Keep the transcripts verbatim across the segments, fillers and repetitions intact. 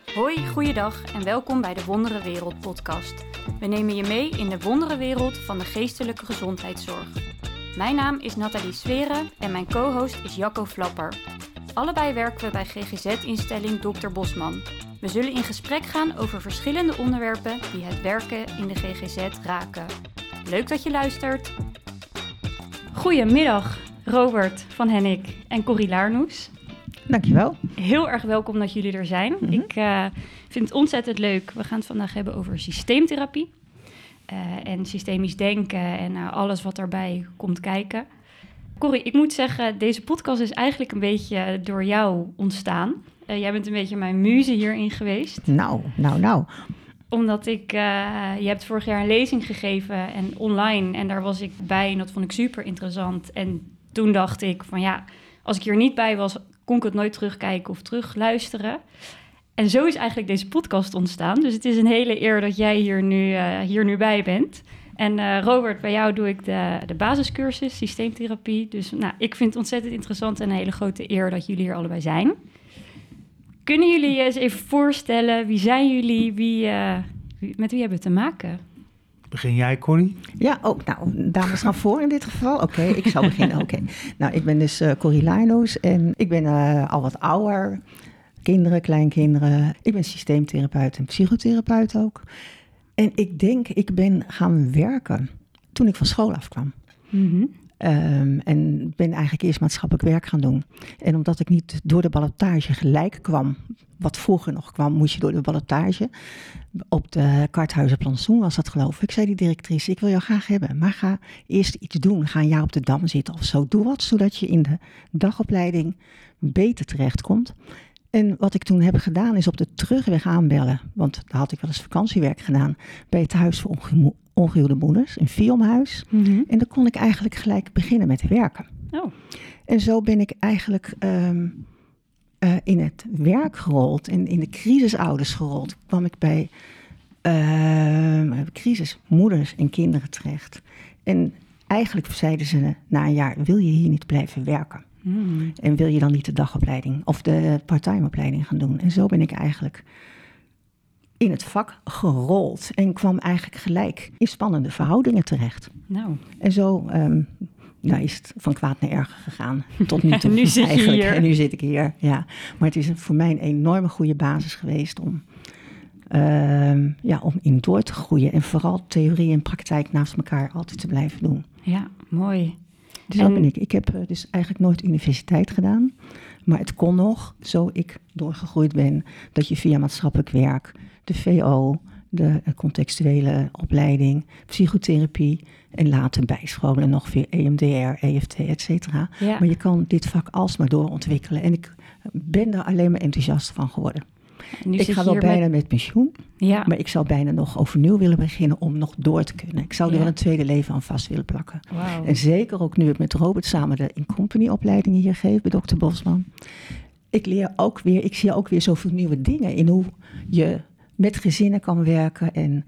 Hoi, goeiedag en welkom bij de Wonderenwereld podcast. We nemen je mee in de wonderenwereld van de geestelijke gezondheidszorg. Mijn naam is Nathalie Sweren en mijn co-host is Jacco Flapper. Allebei werken we bij G G Z-instelling dokter Bosman. We zullen in gesprek gaan over verschillende onderwerpen die het werken in de G G Z raken. Leuk dat je luistert. Goedemiddag, Robert van Hennik en Corrie Laarnoes. Dankjewel. Heel erg welkom dat jullie er zijn. Mm-hmm. Ik uh, vind het ontzettend leuk. We gaan het vandaag hebben over systeemtherapie. Uh, en systemisch denken en uh, alles wat daarbij komt kijken. Corrie, ik moet zeggen, deze podcast is eigenlijk een beetje door jou ontstaan. Uh, jij bent een beetje mijn muze hierin geweest. Nou, nou, nou. Omdat ik, uh, je hebt vorig jaar een lezing gegeven en online. En daar was ik bij en dat vond ik super interessant. En toen dacht ik van ja, als ik hier niet bij was, kon ik het nooit terugkijken of terugluisteren. En zo is eigenlijk deze podcast ontstaan. Dus het is een hele eer dat jij hier nu, uh, hier nu bij bent. En uh, Robert, bij jou doe ik de, de basiscursus systeemtherapie. Dus nou, ik vind het ontzettend interessant en een hele grote eer dat jullie hier allebei zijn. Kunnen jullie je eens even voorstellen, wie zijn jullie? Wie, uh, wie, met wie hebben we te maken? Begin jij, Corrie? Ja, oh, nou, dames gaan voor in dit geval. Oké, okay, ik zal beginnen. Oké. Okay. Nou, ik ben dus uh, Corrie Laarnoes en ik ben uh, al wat ouder. Kinderen, kleinkinderen. Ik ben systeemtherapeut en psychotherapeut ook. En ik denk, ik ben gaan werken toen ik van school afkwam. Mm-hmm. Um, en ben eigenlijk eerst maatschappelijk werk gaan doen. En omdat ik niet door de ballotage gelijk kwam, wat vroeger nog kwam, moest je door de ballotage. Op de Karthuizenplantsoen was dat, geloof ik. Zei die directrice, ik wil jou graag hebben, maar ga eerst iets doen. Ga een jaar op de Dam zitten of zo. Doe wat, zodat je in de dagopleiding beter terechtkomt. En wat ik toen heb gedaan is op de terugweg aanbellen. Want daar had ik wel eens vakantiewerk gedaan bij het Huis voor Onge- Ongehuwde Moeders, een filmhuis. Mm-hmm. En dan kon ik eigenlijk gelijk beginnen met werken. Oh. En zo ben ik eigenlijk um, uh, in het werk gerold en in de crisisouders gerold. Kwam ik bij uh, crisismoeders en kinderen terecht. En eigenlijk zeiden ze na een jaar, wil je hier niet blijven werken? Hmm. En wil je dan niet de dagopleiding of de parttime opleiding gaan doen? En zo ben ik eigenlijk in het vak gerold en kwam eigenlijk gelijk in spannende verhoudingen terecht. Nou. En zo um, nou is het van kwaad naar erger gegaan. Tot nu toe nu zit eigenlijk. Je hier. En nu zit ik hier, ja. Maar het is voor mij een enorme goede basis geweest om, uh, ja, om in door te groeien. En vooral theorie en praktijk naast elkaar altijd te blijven doen. Ja, mooi. Dus dat ben ik. Ik heb uh, dus eigenlijk nooit universiteit gedaan. Maar het kon nog, zo ik doorgegroeid ben, dat je via maatschappelijk werk, de V O, de uh, contextuele opleiding, psychotherapie en later bijscholen nog weer E M D R, E F T, et cetera. Ja. Maar je kan dit vak alsmaar doorontwikkelen. En ik ben daar alleen maar enthousiast van geworden. Ik ga wel bijna met, met pensioen, ja. Maar ik zou bijna nog overnieuw willen beginnen om nog door te kunnen. Ik zou er ja. wel een tweede leven aan vast willen plakken. Wow. En zeker ook nu ik met Robert samen de in-company opleidingen hier geef bij dokter Bosman. Ik leer ook weer, ik zie ook weer zoveel nieuwe dingen in hoe je met gezinnen kan werken en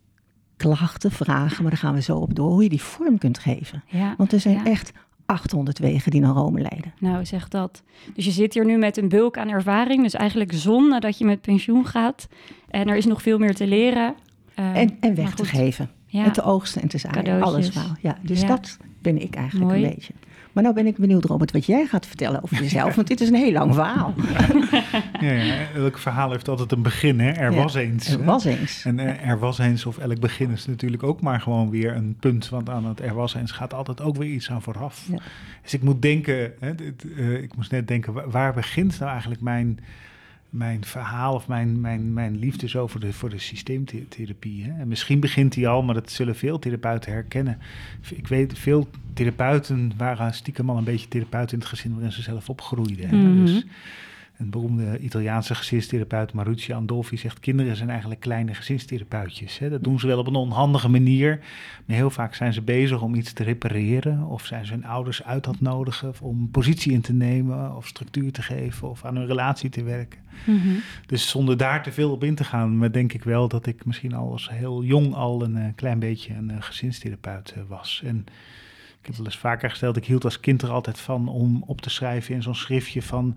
klachten, vragen, maar daar gaan we zo op door, hoe je die vorm kunt geven. Ja. Want er zijn ja. echt achthonderd wegen die naar Rome leiden. Nou, zeg dat. Dus je zit hier nu met een bulk aan ervaring. Dus eigenlijk zonde dat je met pensioen gaat. En er is nog veel meer te leren. Uh, en, en weg te geven. Ja. En te oogsten en te zaaien. Alles wel. Ja, dus ja. dat ben ik eigenlijk Mooi. Een beetje. Maar nou ben ik benieuwd, Robert, wat jij gaat vertellen over jezelf. Want dit is een heel lang verhaal. Ja, ja, elk verhaal heeft altijd een begin. Hè? Er ja, was eens. Er hè? was eens. En uh, er was eens of elk begin is natuurlijk ook maar gewoon weer een punt. Want aan het er was eens gaat altijd ook weer iets aan vooraf. Ja. Dus ik moet denken, hè, dit, uh, ik moest net denken, waar, waar begint nou eigenlijk mijn, mijn verhaal of mijn, mijn, mijn liefde zo voor de, voor de systeemtherapie? Hè? En misschien begint die al, maar dat zullen veel therapeuten herkennen. Ik weet, veel therapeuten waren stiekem al een beetje therapeuten in het gezin waarin ze zelf opgroeiden. Hè? Mm-hmm. Dus een beroemde Italiaanse gezinstherapeut, Maruzzi Andolfi, zegt: kinderen zijn eigenlijk kleine gezinstherapeutjes. Hè? Dat doen ze wel op een onhandige manier, maar heel vaak zijn ze bezig om iets te repareren, of zijn ze hun ouders uit aan het nodigen om positie in te nemen, of structuur te geven, of aan hun relatie te werken. Mm-hmm. Dus zonder daar te veel op in te gaan, maar denk ik wel dat ik misschien al als heel jong al een uh, klein beetje een uh, gezinstherapeut uh, was. En ik heb wel eens vaker gesteld, ik hield als kind er altijd van om op te schrijven in zo'n schriftje van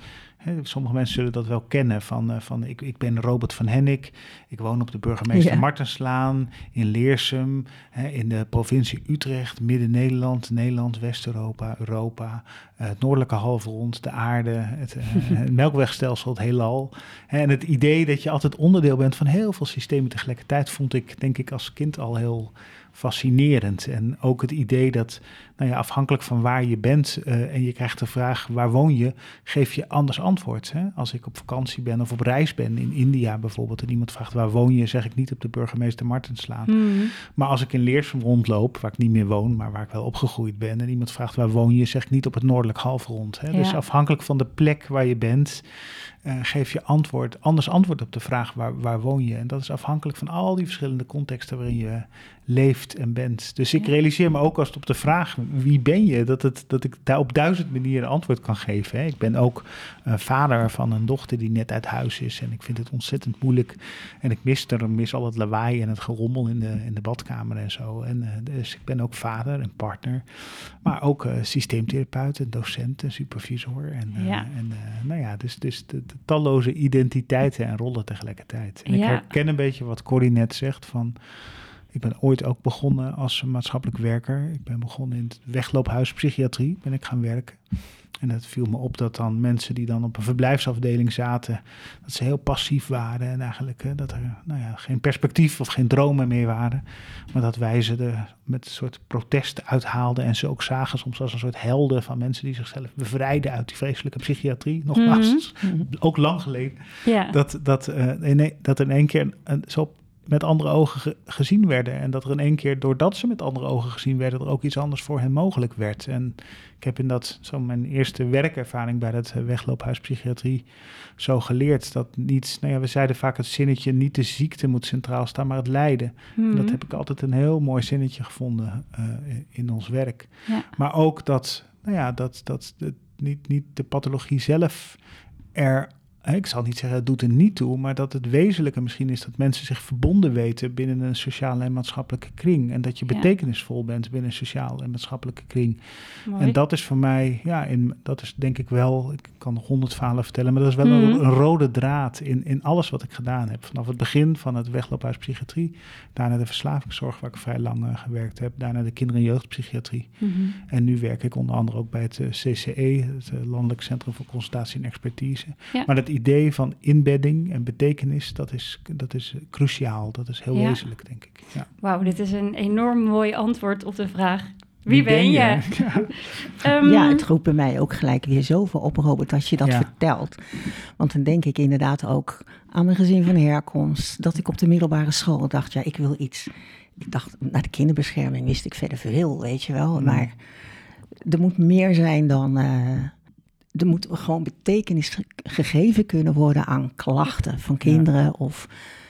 Hè, sommige mensen zullen dat wel kennen. Van, uh, van ik, ik ben Robert van Hennik. Ik woon op de Burgemeester Ja. Martenslaan in Leersum. Hè, in de provincie Utrecht, Midden-Nederland, Nederland, West-Europa, Europa. Uh, het noordelijke halfrond, de aarde, het, uh, het melkwegstelsel, het heelal. Hè, en het idee dat je altijd onderdeel bent van heel veel systemen tegelijkertijd vond ik, denk ik, als kind al heel fascinerend. En ook het idee dat, nou ja, afhankelijk van waar je bent uh, en je krijgt de vraag waar woon je, geef je anders antwoord. Hè? Als ik op vakantie ben of op reis ben in India bijvoorbeeld en iemand vraagt waar woon je, zeg ik niet op de Burgemeester Martenslaan. Mm. Maar als ik in Leersum rondloop, waar ik niet meer woon, maar waar ik wel opgegroeid ben en iemand vraagt waar woon je, zeg ik niet op het noordelijk halfrond. Hè? Ja. Dus afhankelijk van de plek waar je bent, Uh, geef je antwoord, anders antwoord op de vraag waar, waar woon je. En dat is afhankelijk van al die verschillende contexten waarin je leeft en bent. Dus ik ja. realiseer me ook als het op de vraag wie ben je, dat, het, dat ik daar op duizend manieren antwoord kan geven. Hè. Ik ben ook uh, vader van een dochter die net uit huis is en ik vind het ontzettend moeilijk. En ik mis er, mis al het lawaai en het gerommel in de, in de badkamer en zo. En, uh, dus ik ben ook vader en partner, maar ook uh, systeemtherapeut en docent en supervisor. En, uh, ja. en uh, nou ja, dus, dus de, de talloze identiteiten en rollen tegelijkertijd. En ja. ik herken een beetje wat Corrie net zegt van, ik ben ooit ook begonnen als maatschappelijk werker. Ik ben begonnen in het wegloophuis psychiatrie, ben ik gaan werken. En het viel me op dat dan mensen die dan op een verblijfsafdeling zaten, dat ze heel passief waren en eigenlijk hè, dat er nou ja, geen perspectief of geen dromen meer waren. Maar dat wij ze er met een soort protest uithaalden en ze ook zagen soms als een soort helden van mensen die zichzelf bevrijden uit die vreselijke psychiatrie. Nogmaals, mm-hmm. ook lang geleden. Yeah. Dat, dat, uh, in, dat er in één keer een, zo met andere ogen ge- gezien werden. En dat er in één keer, doordat ze met andere ogen gezien werden, er ook iets anders voor hen mogelijk werd. En ik heb in dat, zo mijn eerste werkervaring bij dat wegloophuis psychiatrie zo geleerd dat niet, nou ja, we zeiden vaak het zinnetje, niet de ziekte moet centraal staan, maar het lijden. Mm-hmm. En dat heb ik altijd een heel mooi zinnetje gevonden uh, in ons werk. Ja. Maar ook dat, nou ja, dat, dat de, niet, niet de pathologie zelf er, ik zal niet zeggen, het doet er niet toe, maar dat het wezenlijke misschien is dat mensen zich verbonden weten binnen een sociale en maatschappelijke kring. En dat je ja. betekenisvol bent binnen een sociale en maatschappelijke kring. Mooi. En dat is voor mij, ja, in, dat is denk ik wel, ik kan nog honderd verhalen vertellen, maar dat is wel mm-hmm. een, een rode draad in, in alles wat ik gedaan heb. Vanaf het begin van het wegloophuis psychiatrie, daarna de verslavingszorg waar ik vrij lang uh, gewerkt heb, daarna de kinder- en jeugdpsychiatrie. Mm-hmm. En nu werk ik onder andere ook bij het uh, C C E, het uh, Landelijk Centrum voor Consultatie en Expertise. Ja. Maar dat idee van inbedding en betekenis, dat is, dat is cruciaal. Dat is heel ja. wezenlijk, denk ik. Ja. Wauw, dit is een enorm mooi antwoord op de vraag, wie, wie ben je? je? Ja. um, ja, het roept bij mij ook gelijk weer zoveel op, Robert, als je dat ja. vertelt. Want dan denk ik inderdaad ook aan mijn gezin van herkomst, dat ik op de middelbare school dacht, ja, ik wil iets. Ik dacht, naar de kinderbescherming wist ik verder veel, weet je wel. Mm. Maar er moet meer zijn dan... Uh, Er moet gewoon betekenis gegeven kunnen worden aan klachten van kinderen. Ja. Of,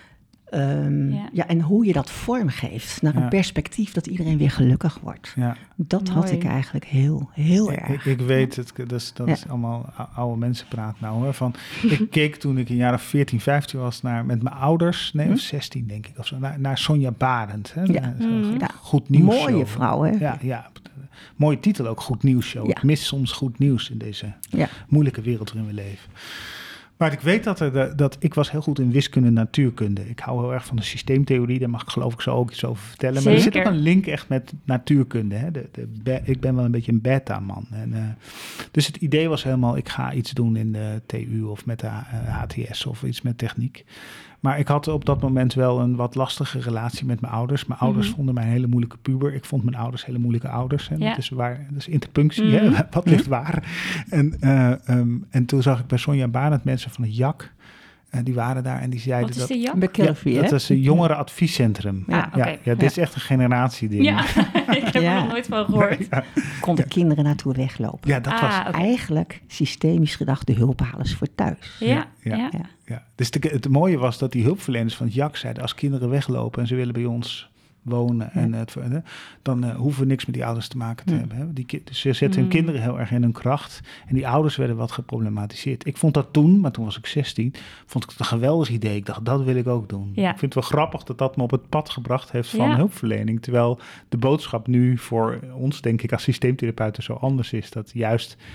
um, ja. Ja, en hoe je dat vormgeeft naar ja. een perspectief dat iedereen weer gelukkig wordt. Ja. Dat Mooi. Had ik eigenlijk heel, heel erg. Ik, ik weet het, dus, dat ja. is allemaal oude mensenpraat nou. Hè, van, ik keek toen ik een jaar of veertien, vijftien was naar, met mijn ouders, nee, hm? of zestien denk ik, of zo, naar, naar Sonja Barend. Hè, ja. naar, mm. ja. Goed nieuws. Mooie vrouw, hè? Ja, ja. Mooie titel ook, Goed Nieuws Show. Ja. Ik mis soms goed nieuws in deze ja. moeilijke wereld waarin we leven. Maar ik weet dat, er de, dat ik was heel goed in wiskunde en natuurkunde. Ik hou heel erg van de systeemtheorie, daar mag ik geloof ik zo ook iets over vertellen. Zeker. Maar er zit ook een link echt met natuurkunde. Hè? De, de be, ik ben wel een beetje een beta-man. En, uh, dus het idee was helemaal, ik ga iets doen in de T U of met de uh, H T S of iets met techniek. Maar ik had op dat moment wel een wat lastige relatie met mijn ouders. Mijn ouders mm-hmm. vonden mij een hele moeilijke puber. Ik vond mijn ouders hele moeilijke ouders. Hè. Ja. Dat is waar, dat is interpunctie, mm-hmm. hè? Wat ligt waar? En, uh, um, en toen zag ik bij Sonja Barend mensen van het J A C. Uh, die waren daar en die zeiden Wat is dat... de J A C? McKelvey, ja, dat is een jongerenadviescentrum. Ah, okay. ja, ja, dit ja. is echt een generatieding. Ja, ik heb ja. er nog nooit van gehoord. Nee, ja. Konden ja. kinderen naartoe weglopen. Ja, dat ah, was okay. eigenlijk systemisch gedacht de hulphalers voor thuis. Ja, ja. ja. ja. ja. ja. Dus de, het mooie was dat die hulpverleners van het J A C zeiden, als kinderen weglopen en ze willen bij ons wonen, ja. en het, dan uh, hoeven we niks met die ouders te maken te ja. hebben. Hè. Die, dus ze zetten mm. hun kinderen heel erg in hun kracht. En die ouders werden wat geproblematiseerd. Ik vond dat toen, maar toen was ik zestien, vond ik het een geweldig idee. Ik dacht, dat wil ik ook doen. Ja. Ik vind het wel grappig dat dat me op het pad gebracht heeft van ja. hulpverlening. Terwijl de boodschap nu voor ons, denk ik, als systeemtherapeuten zo anders is. Dat juist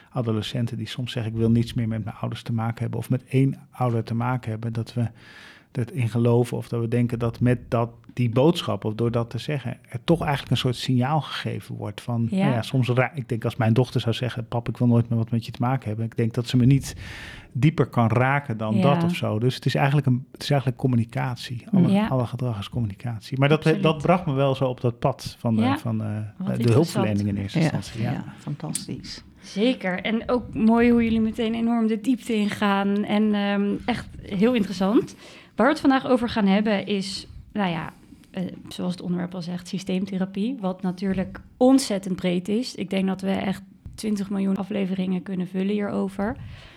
adolescenten die soms zeggen, ik wil niets meer met mijn ouders te maken hebben of met één ouder te maken hebben, dat we dat in geloven of dat we denken dat met dat, die boodschap of door dat te zeggen er toch eigenlijk een soort signaal gegeven wordt van, Ja. Nou ja, soms ra- ik denk als mijn dochter zou zeggen, pap, ik wil nooit meer wat met je te maken hebben, ik denk dat ze me niet dieper kan raken dan Ja. dat of zo. Dus het is eigenlijk een, het is eigenlijk communicatie. Alle, Ja. alle gedrag is communicatie. Maar dat, Absoluut. dat bracht me wel zo op dat pad van de, Ja. van, uh, Wat de interessant. hulpverlening in eerste Ja, instantie. ja. Ja. fantastisch. Zeker. En ook mooi hoe jullie meteen enorm de diepte ingaan. En um, echt heel interessant. Waar we het vandaag over gaan hebben is, nou ja, uh, zoals het onderwerp al zegt, systeemtherapie. Wat natuurlijk ontzettend breed is. Ik denk dat we echt twintig miljoen afleveringen kunnen vullen hierover.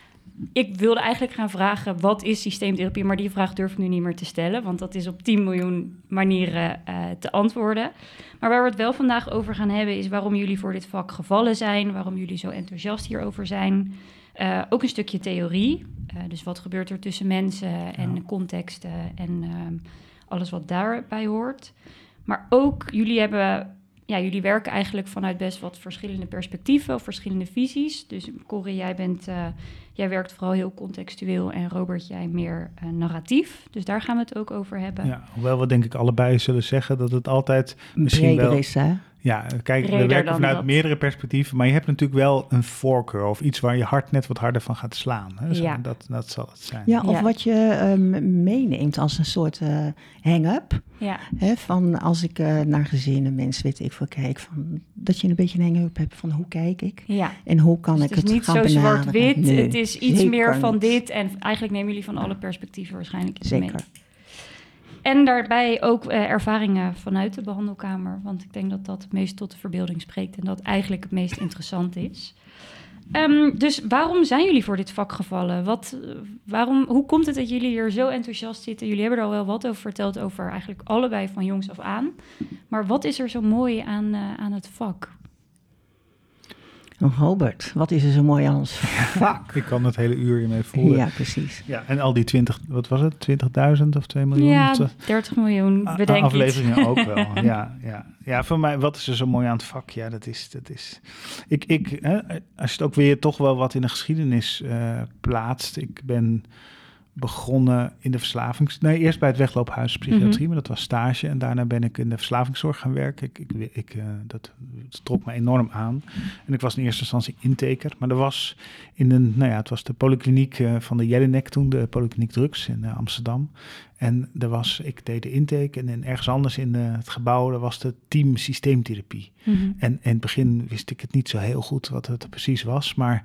Ik wilde eigenlijk gaan vragen, wat is systeemtherapie? Maar die vraag durf ik nu niet meer te stellen, want dat is op tien miljoen manieren uh, te antwoorden. Maar waar we het wel vandaag over gaan hebben, is waarom jullie voor dit vak gevallen zijn, waarom jullie zo enthousiast hierover zijn. Uh, ook een stukje theorie, uh, dus wat gebeurt er tussen mensen en ja. contexten en uh, alles wat daarbij hoort. Maar ook, jullie hebben... Ja, jullie werken eigenlijk vanuit best wat verschillende perspectieven of verschillende visies. Dus Corrie, jij, bent, uh, jij werkt vooral heel contextueel en Robert, jij meer uh, narratief. Dus daar gaan we het ook over hebben. Ja, hoewel we denk ik allebei zullen zeggen dat het altijd misschien breder wel... is, hè? Ja, kijk, Breder we werken vanuit dat. meerdere perspectieven, maar je hebt natuurlijk wel een voorkeur of iets waar je hart net wat harder van gaat slaan. Hè? Zo, Ja. dat, dat zal het zijn. Ja, of Ja. wat je um, meeneemt als een soort uh, hang-up. Ja. Hè, van als ik uh, naar gezinnen, mensen, weet ik veel, kijk, van, dat je een beetje een hang-up hebt van hoe kijk ik Ja. en hoe kan Dus ik het is het niet gaan zo benaderen. zwart-wit, Nee, het is iets zeker meer van niet. dit. En eigenlijk nemen jullie van alle perspectieven waarschijnlijk iets mee. Zeker. En daarbij ook uh, ervaringen vanuit de behandelkamer. Want ik denk dat dat het meest tot de verbeelding spreekt en dat eigenlijk het meest interessant is. Um, dus waarom zijn jullie voor dit vak gevallen? Wat, uh, waarom, hoe komt het dat jullie hier zo enthousiast zitten? Jullie hebben er al wel wat over verteld, over eigenlijk allebei van jongs af aan. Maar wat is er zo mooi aan, uh, aan het vak? Oh, Robert, wat is er zo mooi aan ons vak? Ik kan het hele uur hiermee voelen. Ja, precies. Ja, en al die twintig, wat was het, twintigduizend of twee miljoen? Ja, dertig miljoen, bedenk ik. Afleveringen ook wel, ja, ja. Ja, voor mij, wat is er zo mooi aan het vak? Ja, dat is, dat is... Ik, ik, hè, als je het ook weer toch wel wat in de geschiedenis uh, plaatst. Ik ben begonnen in de verslavings... Nee, eerst bij het wegloophuis psychiatrie, mm-hmm. maar dat was stage. En daarna ben ik in de verslavingszorg gaan werken. Ik, ik, ik, uh, dat trok me enorm aan. En ik was in eerste instantie inteker. Maar er was in een... Nou ja, het was de polykliniek uh, van de Jelinek toen, de polykliniek drugs in uh, Amsterdam. En er was, ik deed de intake en in ergens anders in uh, het gebouw, er was de team systeemtherapie. Mm-hmm. En, en in het begin wist ik het niet zo heel goed wat het precies was, maar...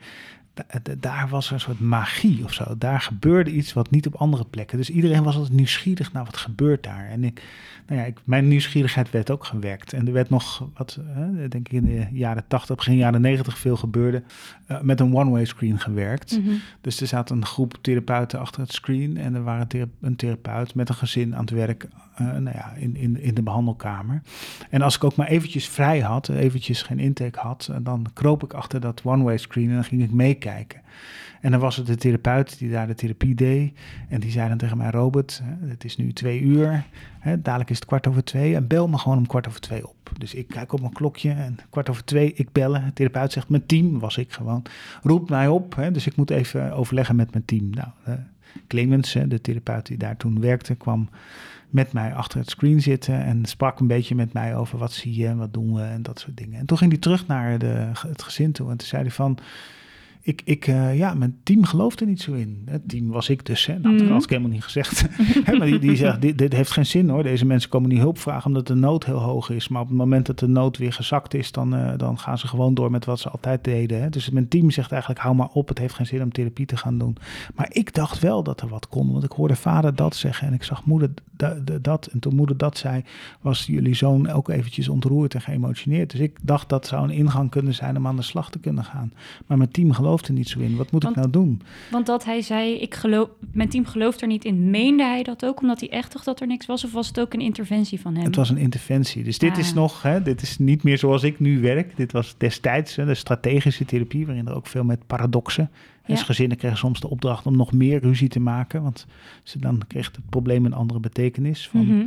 daar was er een soort magie of zo. Daar gebeurde iets wat niet op andere plekken. Dus iedereen was altijd nieuwsgierig naar wat gebeurt daar. En ik, nou ja, ik, mijn nieuwsgierigheid werd ook gewekt. En er werd nog wat, hè, denk ik in de jaren tachtig, begin jaren negentig veel gebeurde, uh, met een one-way screen gewerkt. Mm-hmm. Dus er zat een groep therapeuten achter het screen en er waren thera- een therapeut met een gezin aan het werk, uh, nou ja, in, in, in de behandelkamer. En als ik ook maar eventjes vrij had, eventjes geen intake had, dan kroop ik achter dat one-way screen en dan ging ik meekijken. Kijken. En dan was het de therapeut die daar de therapie deed. En die zei dan tegen mij, Robert, hè, het is nu twee uur. Hè, dadelijk is het kwart over twee. En bel me gewoon om kwart over twee op. Dus ik kijk op mijn klokje en kwart over twee, ik bellen. De therapeut zegt, mijn team, was ik gewoon, roept mij op. Hè, dus ik moet even overleggen met mijn team. Nou, uh, Clemens, hè, de therapeut die daar toen werkte, kwam met mij achter het screen zitten en sprak een beetje met mij over wat zie je en wat doen we en dat soort dingen. En toen ging hij terug naar de, het gezin toe en toen zei hij van... Ik, ik uh, ja, mijn team gelooft er niet zo in. Het team was ik dus, hè. Dat had, mm. had ik helemaal niet gezegd. He, maar die, die zegt, dit, dit heeft geen zin hoor. Deze mensen komen niet hulp vragen omdat de nood heel hoog is. Maar op het moment dat de nood weer gezakt is, dan, uh, dan gaan ze gewoon door met wat ze altijd deden. Hè. Dus mijn team zegt eigenlijk, hou maar op, het heeft geen zin om therapie te gaan doen. Maar ik dacht wel dat er wat kon, want ik hoorde vader dat zeggen en ik zag moeder da, da, dat. En toen moeder dat zei, was jullie zoon ook eventjes ontroerd en geëmotioneerd. Dus ik dacht dat zou een ingang kunnen zijn om aan de slag te kunnen gaan. Maar mijn team gelooft er niet zo in. Wat moet want, ik nou doen? Want dat hij zei, ik geloof, mijn team gelooft er niet in. Meende hij dat ook, omdat hij echt dacht dat er niks was? Of was het ook een interventie van hem? Het was een interventie. Dus dit ah. is nog, hè, dit is niet meer zoals ik nu werk. Dit was destijds hè, de strategische therapie, waarin er ook veel met paradoxen. Ja. Dus gezinnen kregen soms de opdracht om nog meer ruzie te maken. Want ze dan kreeg het probleem een andere betekenis. Van, mm-hmm.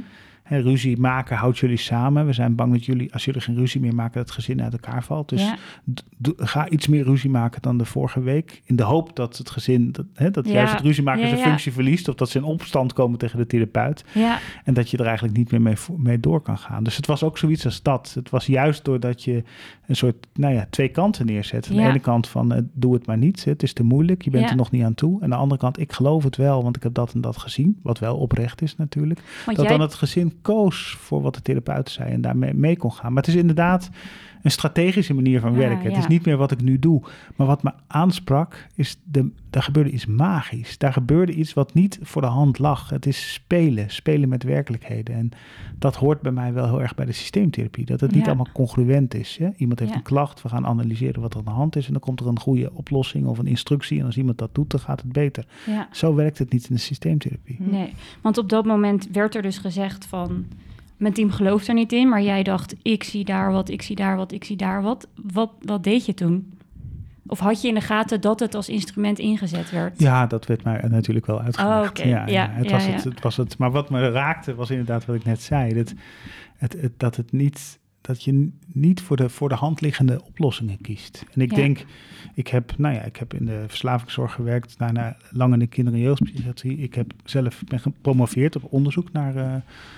He, ruzie maken houdt jullie samen. We zijn bang dat jullie, als jullie geen ruzie meer maken, dat het gezin uit elkaar valt. Dus ja. d- d- ga iets meer ruzie maken dan de vorige week. In de hoop dat het gezin, dat, he, dat Ja. juist het ruzie maken Ja, zijn ja. functie verliest. Of dat ze in opstand komen tegen de therapeut. Ja. En dat je er eigenlijk niet meer mee, mee door kan gaan. Dus het was ook zoiets als dat. Het was juist doordat je een soort, nou ja, twee kanten neerzet. Aan Ja. de ene kant van, uh, doe het maar niet. Het is te moeilijk. Je bent Ja. er nog niet aan toe. Aan de andere kant, ik geloof het wel, want ik heb dat en dat gezien. Wat wel oprecht is natuurlijk. Want dat jij... dan het gezin koos voor wat de therapeut zei en daarmee mee kon gaan. Maar het is inderdaad een strategische manier van Ja, werken. Het ja. is niet meer wat ik nu doe. Maar wat me aansprak, is de, daar gebeurde iets magisch. Daar gebeurde iets wat niet voor de hand lag. Het is spelen, spelen met werkelijkheden. En dat hoort bij mij wel heel erg bij de systeemtherapie. Dat het niet Ja. allemaal congruent is. Hè? Iemand heeft Ja. een klacht, we gaan analyseren wat er aan de hand is. En dan komt er een goede oplossing of een instructie. En als iemand dat doet, dan gaat het beter. Ja. Zo werkt het niet in de systeemtherapie. Nee, want op dat moment werd er dus gezegd van... Mijn team gelooft er niet in, maar jij dacht... ik zie daar wat, ik zie daar wat, ik zie daar wat. Wat, wat deed je toen? Of had je in de gaten dat het als instrument ingezet werd? Ja, dat werd mij natuurlijk wel uitgelegd. Oh, oké. ja, ja, Ja, het, ja, was ja. Het, het was het. Maar wat me raakte was inderdaad wat ik net zei. Dat het, het, dat het niet... dat je niet voor de, voor de hand liggende oplossingen kiest. En ik Ja. denk, ik heb, nou ja, ik heb in de verslavingszorg gewerkt, daarna lang in de kinder- en jeugdpsychiatrie. Ik heb zelf ben gepromoveerd op onderzoek naar uh,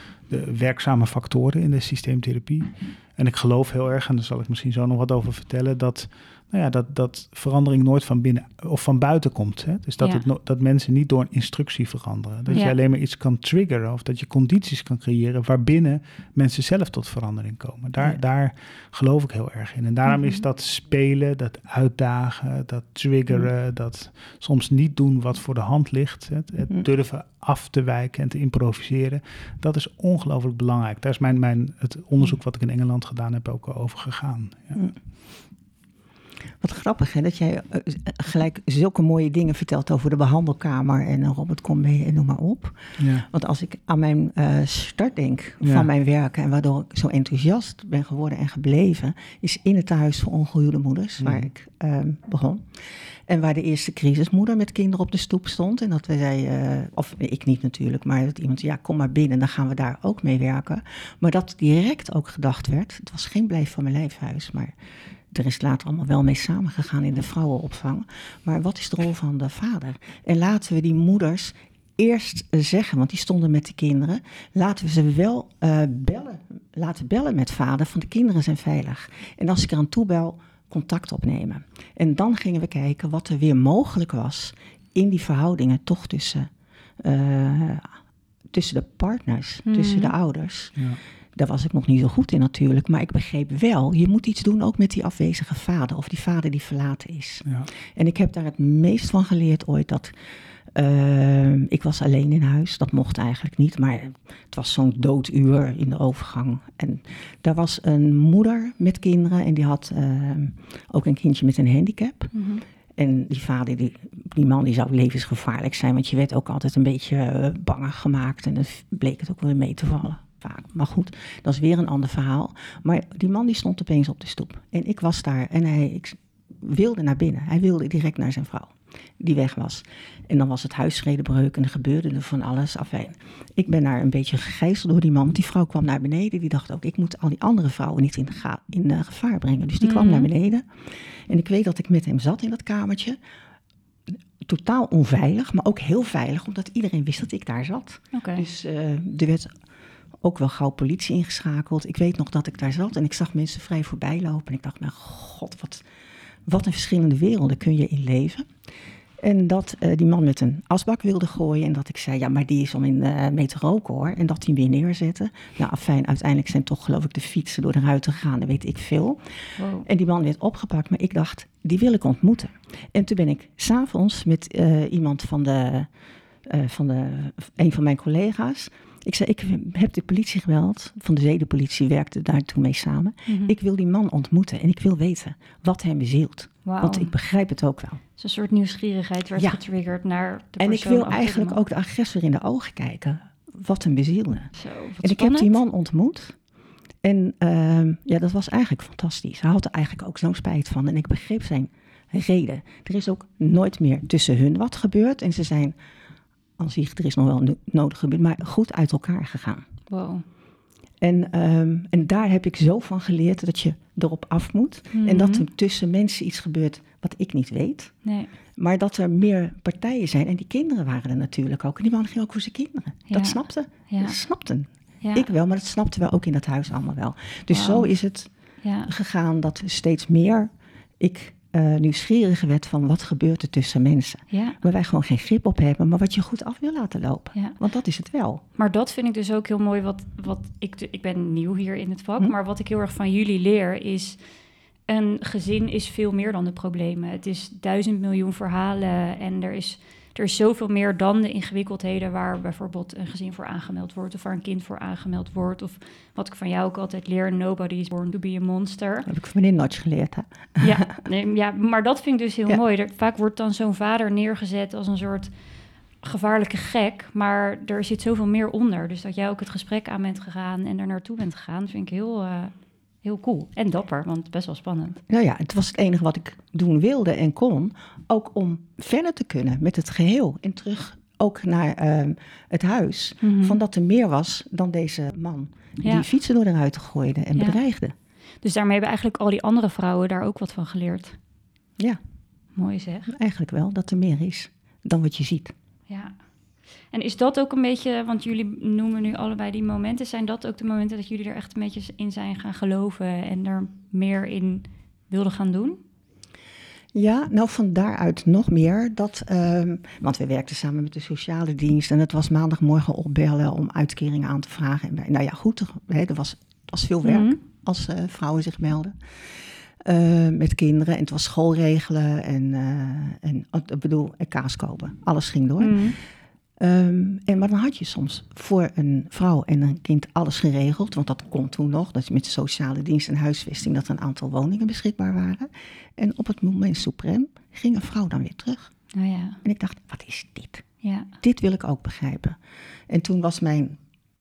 de werkzame factoren in de systeemtherapie. En ik geloof heel erg, en daar zal ik misschien zo nog wat over vertellen, dat, nou ja, dat, dat verandering nooit van binnen of van buiten komt. Hè? Dus dat, Ja. het no- dat mensen niet door een instructie veranderen. Dat Ja. je alleen maar iets kan triggeren of dat je condities kan creëren waarbinnen mensen zelf tot verandering komen. Daar, Ja. daar geloof ik heel erg in. En daarom Mhm. is dat spelen, dat uitdagen, dat triggeren, dat soms niet doen wat voor de hand ligt, het, het Mhm. durven af te wijken en te improviseren, dat is ongelooflijk belangrijk. Daar is mijn, mijn, het onderzoek wat ik in Engeland gedaan heb ook over gegaan. Ja. Mm. Wat grappig, hè, dat jij uh, gelijk zulke mooie dingen vertelt over de behandelkamer en uh, Robert Combe en noem maar op. Ja. Want als ik aan mijn uh, start denk Ja. van mijn werken en waardoor ik zo enthousiast ben geworden en gebleven, is in het tehuis voor ongehuwde moeders, Mm. waar ik uh, begon. En waar de eerste crisismoeder met kinderen op de stoep stond. En dat we zeiden, uh, of ik niet natuurlijk, maar dat iemand, ja, kom maar binnen, dan gaan we daar ook mee werken. Maar dat direct ook gedacht werd, het was geen blijf van mijn lijfhuis, maar er is later allemaal wel mee samengegaan in de vrouwenopvang. Maar wat is de rol van de vader? En laten we die moeders eerst zeggen, want die stonden met de kinderen, laten we ze wel uh, bellen, laten bellen met vader, van de kinderen zijn veilig. En als ik eraan toebel, contact opnemen. En dan gingen we kijken wat er weer mogelijk was in die verhoudingen toch tussen, uh, tussen de partners, Mm-hmm. tussen de ouders. Ja. Daar was ik nog niet zo goed in natuurlijk, maar ik begreep wel, je moet iets doen ook met die afwezige vader of die vader die verlaten is. Ja. En ik heb daar het meest van geleerd ooit dat, uh, ik was alleen in huis, dat mocht eigenlijk niet, maar het was zo'n dooduur in de overgang. En daar was een moeder met kinderen en die had uh, ook een kindje met een handicap. Mm-hmm. En die vader, die, die man, die zou levensgevaarlijk zijn, want je werd ook altijd een beetje uh, banger gemaakt en dan bleek het ook weer mee te vallen. Vaak. Maar goed, dat is weer een ander verhaal. Maar die man die stond opeens op de stoep. En ik was daar en hij ik wilde naar binnen. Hij wilde direct naar zijn vrouw, die weg was. En dan was het huisvredebreuk en er gebeurde er van alles. Afijn. Ik ben daar een beetje gegijzeld door die man. Want die vrouw kwam naar beneden. Die dacht ook, ik moet al die andere vrouwen niet in, de ga- in uh, gevaar brengen. Dus die kwam Mm-hmm. naar beneden. En ik weet dat ik met hem zat in dat kamertje. Totaal onveilig, maar ook heel veilig. Omdat iedereen wist dat ik daar zat. Okay. Dus uh, er werd ook wel gauw politie ingeschakeld. Ik weet nog dat ik daar zat en ik zag mensen vrij voorbij lopen. En ik dacht, mijn god, wat, wat een verschillende werelden kun je in leven. En dat uh, die man met een asbak wilde gooien. En dat ik zei, ja, maar die is om in uh, mee te roken hoor. En dat hij hem weer neerzette. Nou, afijn, uiteindelijk zijn toch geloof ik de fietsen door de ruiten gegaan. Dat weet ik veel. Wow. En die man werd opgepakt. Maar ik dacht, die wil ik ontmoeten. En toen ben ik 's avonds met uh, iemand van de, uh, van de, een van mijn collega's. Ik zei, ik heb de politie gebeld. Van de zedenpolitie werkte daar toen mee samen. Mm-hmm. Ik wil die man ontmoeten en ik wil weten wat hem bezielt. Wow. Want ik begrijp het ook wel. Dus een soort nieuwsgierigheid werd Ja. getriggerd naar de En ik persoon wil achter de eigenlijk man. ook de agressor in de ogen kijken. Wat hem bezielde. Zo, wat En ik heb spannend. die man ontmoet. En uh, ja, dat was eigenlijk fantastisch. Hij had er eigenlijk ook zo'n spijt van. En ik begreep zijn reden. Er is ook nooit meer tussen hun wat gebeurd. En ze zijn, als zich, er is nog wel nodig gebeurd, maar goed uit elkaar gegaan. Wow. En, um, en daar heb ik zo van geleerd dat je erop af moet. Mm-hmm. En dat er tussen mensen iets gebeurt wat ik niet weet. Nee. Maar dat er meer partijen zijn. En die kinderen waren er natuurlijk ook. En die man ging ook voor zijn kinderen. Ja. Dat snapte. Ja. Dat snapten. Ja. Ik wel, maar dat snapten we ook in dat huis allemaal wel. Dus wow. Zo is het ja. gegaan dat steeds meer ik uh, nieuwsgierig werd van wat gebeurt er tussen mensen. Ja. Waar wij gewoon geen grip op hebben, maar wat je goed af wil laten lopen. Ja. Want dat is het wel. Maar dat vind ik dus ook heel mooi. Wat, wat ik, ik ben nieuw hier in het vak, hm? maar wat ik heel erg van jullie leer is... Een gezin is veel meer dan de problemen. Het is duizend miljoen verhalen en er is, er is zoveel meer dan de ingewikkeldheden waar bijvoorbeeld een gezin voor aangemeld wordt of waar een kind voor aangemeld wordt. Of wat ik van jou ook altijd leer, nobody is born to be a monster. Dat heb ik van meneer Notch geleerd, hè? Ja, nee, ja, maar dat vind ik dus heel ja. mooi. Er, vaak wordt dan zo'n vader neergezet als een soort gevaarlijke gek, maar er zit zoveel meer onder. Dus dat jij ook het gesprek aan bent gegaan en er naartoe bent gegaan, vind ik heel... Uh, Heel cool en dapper, want best wel spannend. Nou ja, het was het enige wat ik doen wilde en kon. Ook om verder te kunnen met het geheel. En terug ook naar uh, het huis. Mm-hmm. Van dat er meer was dan deze man. Die ja. fietsen door de ruiten gooide en ja. bedreigde. Dus daarmee hebben eigenlijk al die andere vrouwen daar ook wat van geleerd. Ja. Mooi zeg. Eigenlijk wel, dat er meer is dan wat je ziet. Ja. En is dat ook een beetje, want jullie noemen nu allebei die momenten, zijn dat ook de momenten dat jullie er echt een beetje in zijn gaan geloven en er meer in wilden gaan doen? Ja, nou van daaruit nog meer. Dat, um, want we werkten samen met de sociale dienst en het was maandagmorgen opbellen om uitkeringen aan te vragen. En wij, nou ja, goed, hè, er was, was veel werk mm-hmm. als uh, vrouwen zich melden. Uh, met kinderen en het was schoolregelen en, uh, en ik bedoel, kaas kopen. Alles ging door. Mm. Um, en, maar dan had je soms voor een vrouw en een kind alles geregeld. Want dat kon toen nog, dat je met de sociale dienst en huisvesting, dat er een aantal woningen beschikbaar waren. En op het moment suprem ging een vrouw dan weer terug. Oh ja. En ik dacht, wat is dit? Ja. Dit wil ik ook begrijpen. En toen was mijn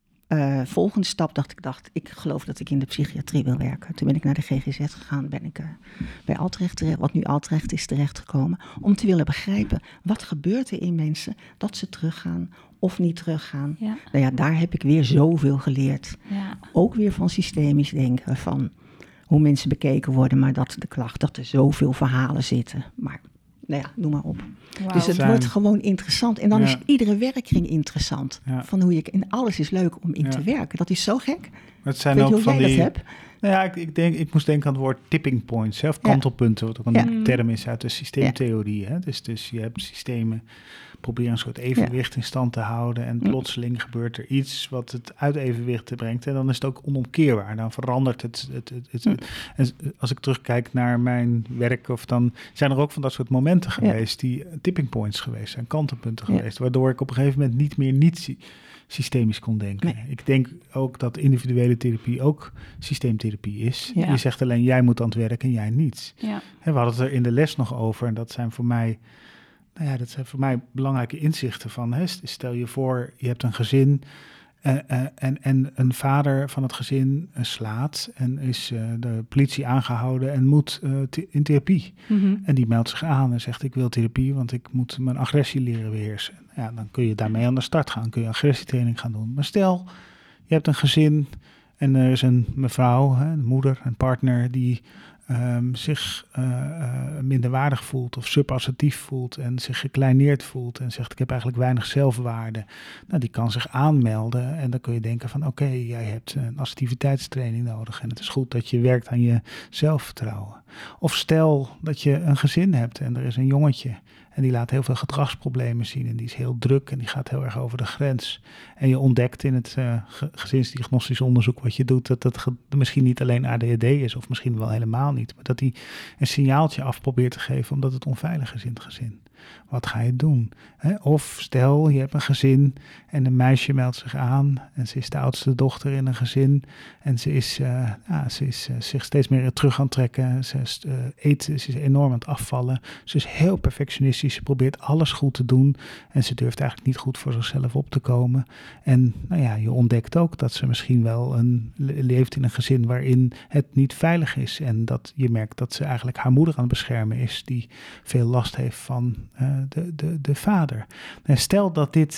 uh, volgende stap, dacht ik, dacht, ik geloof dat ik in de psychiatrie wil werken. Toen ben ik naar de G G Z gegaan, ben ik uh, bij Altrecht terecht, wat nu Altrecht is, terechtgekomen. Om te willen begrijpen, wat gebeurt er in mensen dat ze teruggaan of niet teruggaan. Ja. Nou ja, daar heb ik weer zoveel geleerd. Ja. Ook weer van systemisch denken, van hoe mensen bekeken worden, maar dat de klacht, dat er zoveel verhalen zitten. Maar nou ja, noem maar op. Wow. Dus het Zijn. wordt gewoon interessant. En dan ja. is iedere werkkring interessant. Ja. Van hoe je, en alles is leuk om in ja. te werken. Dat is zo gek. Het zijn Weet ook je hoe van jij die, dat hebt? Nou ja, ik, ik, denk, ik moest denken aan het woord tipping points, hè, of kantelpunten, wat ook een ja. term is uit de systeemtheorie. Hè? Dus, dus je hebt systemen, proberen een soort evenwicht ja. in stand te houden en plotseling gebeurt er iets wat het uit evenwicht brengt en dan is het ook onomkeerbaar. Dan verandert het. het, het, het, het en als ik terugkijk naar mijn werk, of dan zijn er ook van dat soort momenten geweest, ja. die tipping points geweest zijn, kantelpunten ja. geweest, waardoor ik op een gegeven moment niet meer niet zie. systemisch kon denken. Nee. Ik denk ook dat individuele therapie ook systeemtherapie is. Ja. Je zegt alleen, jij moet aan het werk en jij niet. Ja. We hadden het er in de les nog over en dat zijn voor mij, nou ja, dat zijn voor mij belangrijke inzichten van, hè, stel je voor, je hebt een gezin uh, uh, en, en een vader van het gezin uh, slaat en is uh, de politie aangehouden en moet uh, t- in therapie. Mm-hmm. En die meldt zich aan en zegt, ik wil therapie, want ik moet mijn agressie leren beheersen. Ja, dan kun je daarmee aan de start gaan, kun je agressietraining gaan doen. Maar stel, je hebt een gezin en er is een mevrouw, hè, een moeder, een partner die um, zich uh, uh, minderwaardig voelt of subassertief voelt en zich gekleineerd voelt en zegt ik heb eigenlijk weinig zelfwaarde. Nou, die kan zich aanmelden en dan kun je denken van oké, okay, jij hebt een assertiviteitstraining nodig en het is goed dat je werkt aan je zelfvertrouwen. Of stel dat je een gezin hebt en er is een jongetje en die laat heel veel gedragsproblemen zien en die is heel druk en die gaat heel erg over de grens. En je ontdekt in het uh, gezinsdiagnostisch onderzoek wat je doet, dat dat ge- misschien niet alleen A D H D is of misschien wel helemaal niet, maar dat hij een signaaltje af probeert te geven omdat het onveilig is in het gezin. Wat ga je doen? Hè? Of stel, je hebt een gezin en een meisje meldt zich aan en ze is de oudste dochter in een gezin en ze is, uh, ja, ze is uh, zich steeds meer terug aan het trekken. Ze is, uh, eet, ze is enorm aan het afvallen. Ze is heel perfectionistisch. Ze probeert alles goed te doen en ze durft eigenlijk niet goed voor zichzelf op te komen. En nou ja, je ontdekt ook dat ze misschien wel een, leeft in een gezin waarin het niet veilig is en dat je merkt dat ze eigenlijk haar moeder aan het beschermen is die veel last heeft van uh, de, de, de vader. En stel dat dit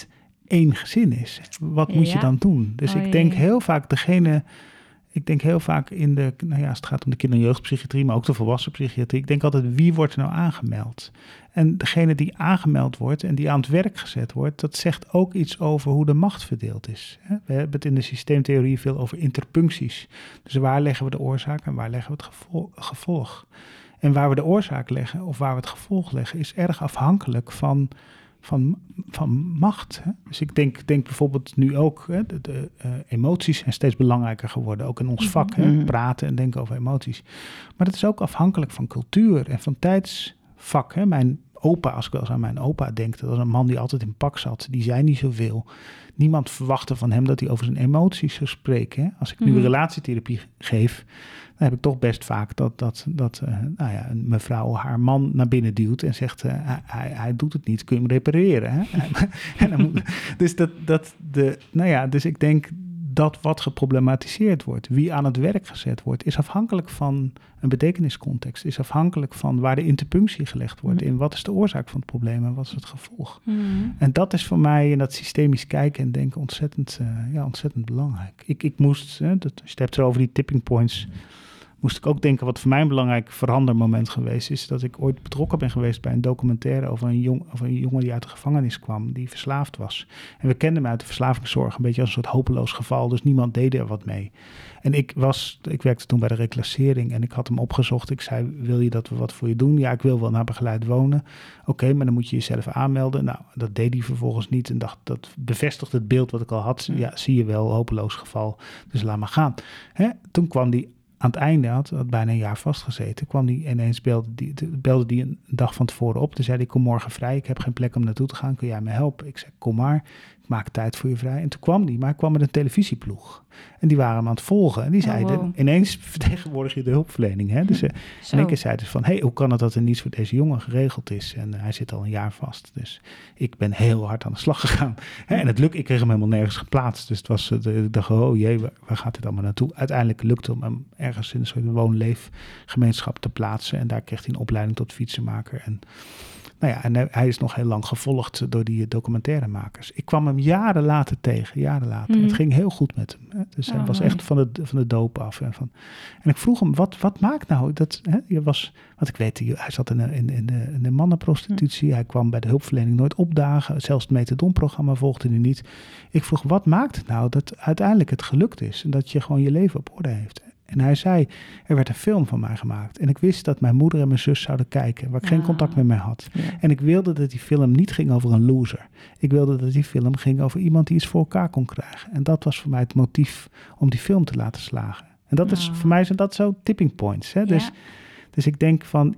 één gezin is, wat moet Ja. je dan doen? Dus Oh, ik ja, denk ja. heel vaak degene... Ik denk heel vaak in de... Nou ja, als het gaat om de kinder- en jeugdpsychiatrie, maar ook de volwassen psychiatrie. Ik denk altijd, wie wordt er nou aangemeld? En degene die aangemeld wordt en die aan het werk gezet wordt, dat zegt ook iets over hoe de macht verdeeld is. We hebben het in de systeemtheorie veel over interpuncties. Dus waar leggen we de oorzaak en waar leggen we het gevol- gevolg? En waar we de oorzaak leggen of waar we het gevolg leggen, is erg afhankelijk van, van, van macht. Hè? Dus ik denk, denk bijvoorbeeld nu ook, hè, de, de uh, emoties zijn steeds belangrijker geworden, ook in ons vak, hè? Mm-hmm. Praten en denken over emoties. Maar dat is ook afhankelijk van cultuur en van tijdsvak. Hè? Mijn opa, als ik wel eens aan mijn opa denk, dat was een man die altijd in pak zat, die zei niet zoveel. Niemand verwachtte van hem dat hij over zijn emoties zou spreken. Hè? Als ik nu Mm-hmm. relatietherapie geef, dan heb ik toch best vaak dat, dat, dat uh, nou ja, een mevrouw haar man naar binnen duwt en zegt, uh, hij, hij doet het niet, kun je hem repareren? Hè? en dan moet, dus, dat, dat de, nou ja, dus ik denk dat wat geproblematiseerd wordt, wie aan het werk gezet wordt, is afhankelijk van een betekeniscontext, is afhankelijk van waar de interpunctie gelegd wordt, in wat is de oorzaak van het probleem en wat is het gevolg. Mm. En dat is voor mij in dat systemisch kijken en denken ontzettend, uh, ja, ontzettend belangrijk. Ik, ik moest, hè, dat, als je het hebt over die tipping points, moest ik ook denken, wat voor mij een belangrijk verandermoment geweest is, dat ik ooit betrokken ben geweest bij een documentaire over een, jong, over een jongen die uit de gevangenis kwam, die verslaafd was. En we kenden hem uit de verslavingszorg een beetje als een soort hopeloos geval, dus niemand deed er wat mee. En ik was, ik werkte toen bij de reclassering en ik had hem opgezocht. Ik zei, wil je dat we wat voor je doen? Ja, ik wil wel naar begeleid wonen. Oké, okay, maar dan moet je jezelf aanmelden. Nou, dat deed hij vervolgens niet en dacht, dat bevestigt het beeld wat ik al had. Ja, zie je wel, hopeloos geval, dus laat maar gaan. Hè? Toen kwam die aan het einde, had, had bijna een jaar vastgezeten, kwam die ineens, belde die, belde die een dag van tevoren op. Toen zei hij, kom morgen vrij, ik heb geen plek om naartoe te gaan, kun jij me helpen? Ik zei, kom maar, ik maak tijd voor je vrij. En toen kwam die, maar hij kwam met een televisieploeg. En die waren hem aan het volgen. En die zeiden, oh, wow. ineens vertegenwoordig je de hulpverlening. Hè? Dus uh, in één keer zeiden ze van, hé, hey, hoe kan het dat er niets voor deze jongen geregeld is? En uh, hij zit al een jaar vast. Dus ik ben heel hard aan de slag gegaan. Hè? En het lukt, ik kreeg hem helemaal nergens geplaatst. Dus het was, uh, ik dacht, oh jee, waar, waar gaat dit allemaal naartoe? Uiteindelijk lukte het hem ergens in een soort woonleefgemeenschap te plaatsen. En daar kreeg hij een opleiding tot fietsenmaker. En nou ja, en hij is nog heel lang gevolgd door die documentairemakers. Ik kwam hem jaren later tegen, jaren later. Mm. Het ging heel goed met hem. Hè? Dus oh, hij was mooi. echt van de, van de doop af. En, van, en ik vroeg hem, wat, wat maakt nou dat... Hè? Je was, want ik weet, hij zat in de, in, in de, in de mannenprostitutie. Mm. Hij kwam bij de hulpverlening nooit opdagen. Zelfs het methadonprogramma volgde hij niet. Ik vroeg, wat maakt het nou dat uiteindelijk het gelukt is? En dat je gewoon je leven op orde heeft? En hij zei, er werd een film van mij gemaakt. En ik wist dat mijn moeder en mijn zus zouden kijken, waar ik ja. geen contact met mij had. Ja. En ik wilde dat die film niet ging over een loser. Ik wilde dat die film ging over iemand die iets voor elkaar kon krijgen. En dat was voor mij het motief om die film te laten slagen. En dat ja. is voor mij zijn dat zo tipping points. Hè? Ja. Dus, dus ik denk van,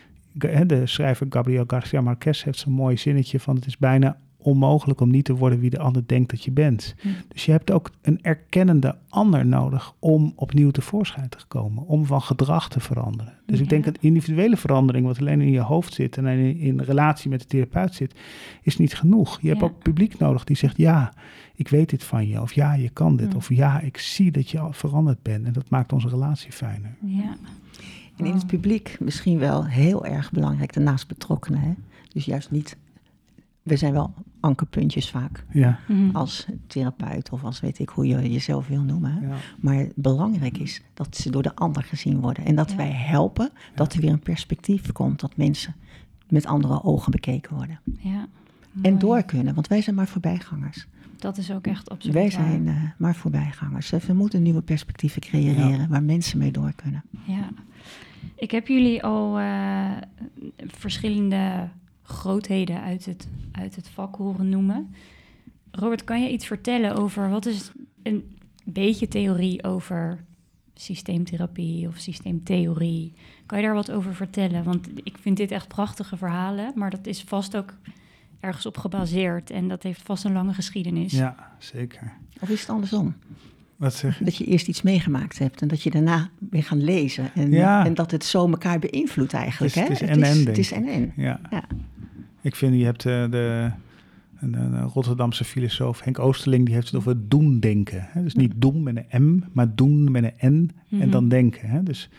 de schrijver Gabriel Garcia Marquez heeft zo'n mooi zinnetje van, het is bijna onmogelijk om niet te worden wie de ander denkt dat je bent. Hm. Dus je hebt ook een erkennende ander nodig om opnieuw tevoorschijn te komen, om van gedrag te veranderen. Dus ja. ik denk dat individuele verandering, wat alleen in je hoofd zit en in, in relatie met de therapeut zit, is niet genoeg. Je ja. hebt ook publiek nodig die zegt, ja, ik weet dit van je, of ja, je kan dit, hm. of ja, ik zie dat je al veranderd bent en dat maakt onze relatie fijner. Ja. En in het publiek misschien wel heel erg belangrijk, de naastbetrokkenen, hè? Dus juist niet... We zijn wel ankerpuntjes vaak, ja. mm-hmm. als therapeut of als weet ik hoe je jezelf wil noemen. Ja. Maar belangrijk is dat ze door de ander gezien worden. En dat ja. wij helpen dat er weer een perspectief komt. Dat mensen met andere ogen bekeken worden. Ja. En door kunnen, want wij zijn maar voorbijgangers. Dat is ook echt absoluut Wij zijn uh, maar voorbijgangers. We moeten nieuwe perspectieven creëren ja. waar mensen mee door kunnen. Ja. Ik heb jullie al uh, verschillende... grootheden uit het, uit het vak horen noemen. Robert, kan je iets vertellen over wat is een beetje theorie over systeemtherapie of systeemtheorie? Kan je daar wat over vertellen? Want ik vind dit echt prachtige verhalen, maar dat is vast ook ergens op gebaseerd en dat heeft vast een lange geschiedenis. Ja, zeker. Of is het andersom? Wat zeg je? Dat je eerst iets meegemaakt hebt en dat je daarna weer gaan lezen. En, ja. en dat het zo elkaar beïnvloedt eigenlijk. Het is, hè? Het is en en, Het is en en. Ja. ja. Ik vind, je hebt uh, de, een, een Rotterdamse filosoof, Henk Oosterling, die heeft het over doen denken. Hè? Dus niet doen met een M, maar doen met een N mm-hmm. en dan denken. Hè? Dus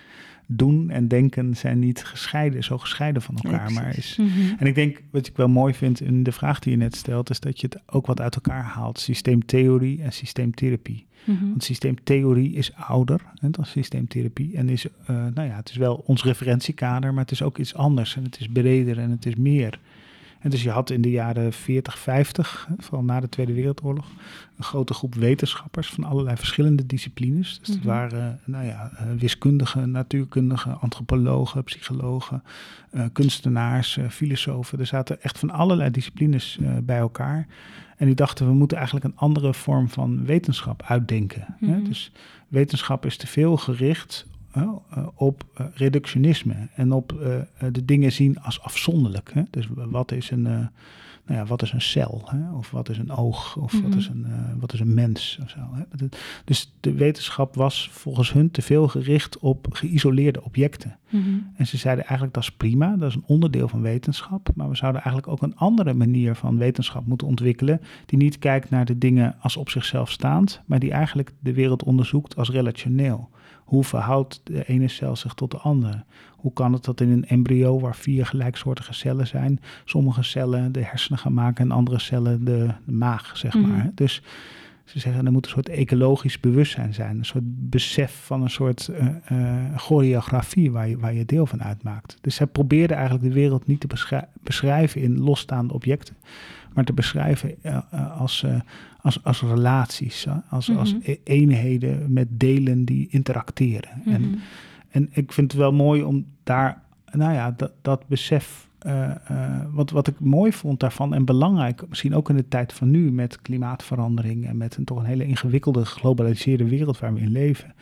doen en denken zijn niet gescheiden, zo gescheiden van elkaar. Nee, maar is, Mm-hmm. En ik denk, wat ik wel mooi vind in de vraag die je net stelt, is dat je het ook wat uit elkaar haalt. Systeemtheorie en systeemtherapie. Mm-hmm. Want systeemtheorie is ouder hè, dan systeemtherapie. En is, uh, nou ja, het is wel ons referentiekader, maar het is ook iets anders. En het is breder en het is meer. En dus je had in de jaren veertig, vijftig, vooral na de Tweede Wereldoorlog, een grote groep wetenschappers van allerlei verschillende disciplines. Dus dat Mm-hmm. waren nou ja, wiskundigen, natuurkundigen, antropologen, psychologen, uh, kunstenaars, uh, filosofen. Er zaten echt van allerlei disciplines uh, bij elkaar. En die dachten, we moeten eigenlijk een andere vorm van wetenschap uitdenken. Mm-hmm. Hè? Dus wetenschap is te veel gericht Uh, uh, op uh, reductionisme en op uh, uh, de dingen zien als afzonderlijk. Hè? Dus wat is een, uh, nou ja, wat is een cel? Hè? Of wat is een oog? Of mm-hmm. wat, is een, uh, wat is een mens? Of zo, hè? Dus de wetenschap was volgens hun te veel gericht op geïsoleerde objecten. Mm-hmm. En ze zeiden eigenlijk, dat is prima, dat is een onderdeel van wetenschap. Maar we zouden eigenlijk ook een andere manier van wetenschap moeten ontwikkelen, die niet kijkt naar de dingen als op zichzelf staand, maar die eigenlijk de wereld onderzoekt als relationeel. Hoe verhoudt de ene cel zich tot de andere? Hoe kan het dat in een embryo waar vier gelijksoortige cellen zijn, sommige cellen de hersenen gaan maken en andere cellen de, de maag, zeg Mm-hmm. maar. Dus ze zeggen, er moet een soort ecologisch bewustzijn zijn. Een soort besef van een soort uh, uh, choreografie waar je, waar je deel van uitmaakt. Dus zij probeerden eigenlijk de wereld niet te beschri- beschrijven in losstaande objecten, maar te beschrijven uh, uh, als, uh, als, als relaties, uh, als, mm-hmm. als e- eenheden met delen die interacteren. Mm-hmm. En, en ik vind het wel mooi om daar, nou ja, dat, dat besef, uh, uh, wat, wat ik mooi vond daarvan en belangrijk, misschien ook in de tijd van nu met klimaatverandering en met een toch een hele ingewikkelde geglobaliseerde wereld waar we in leven.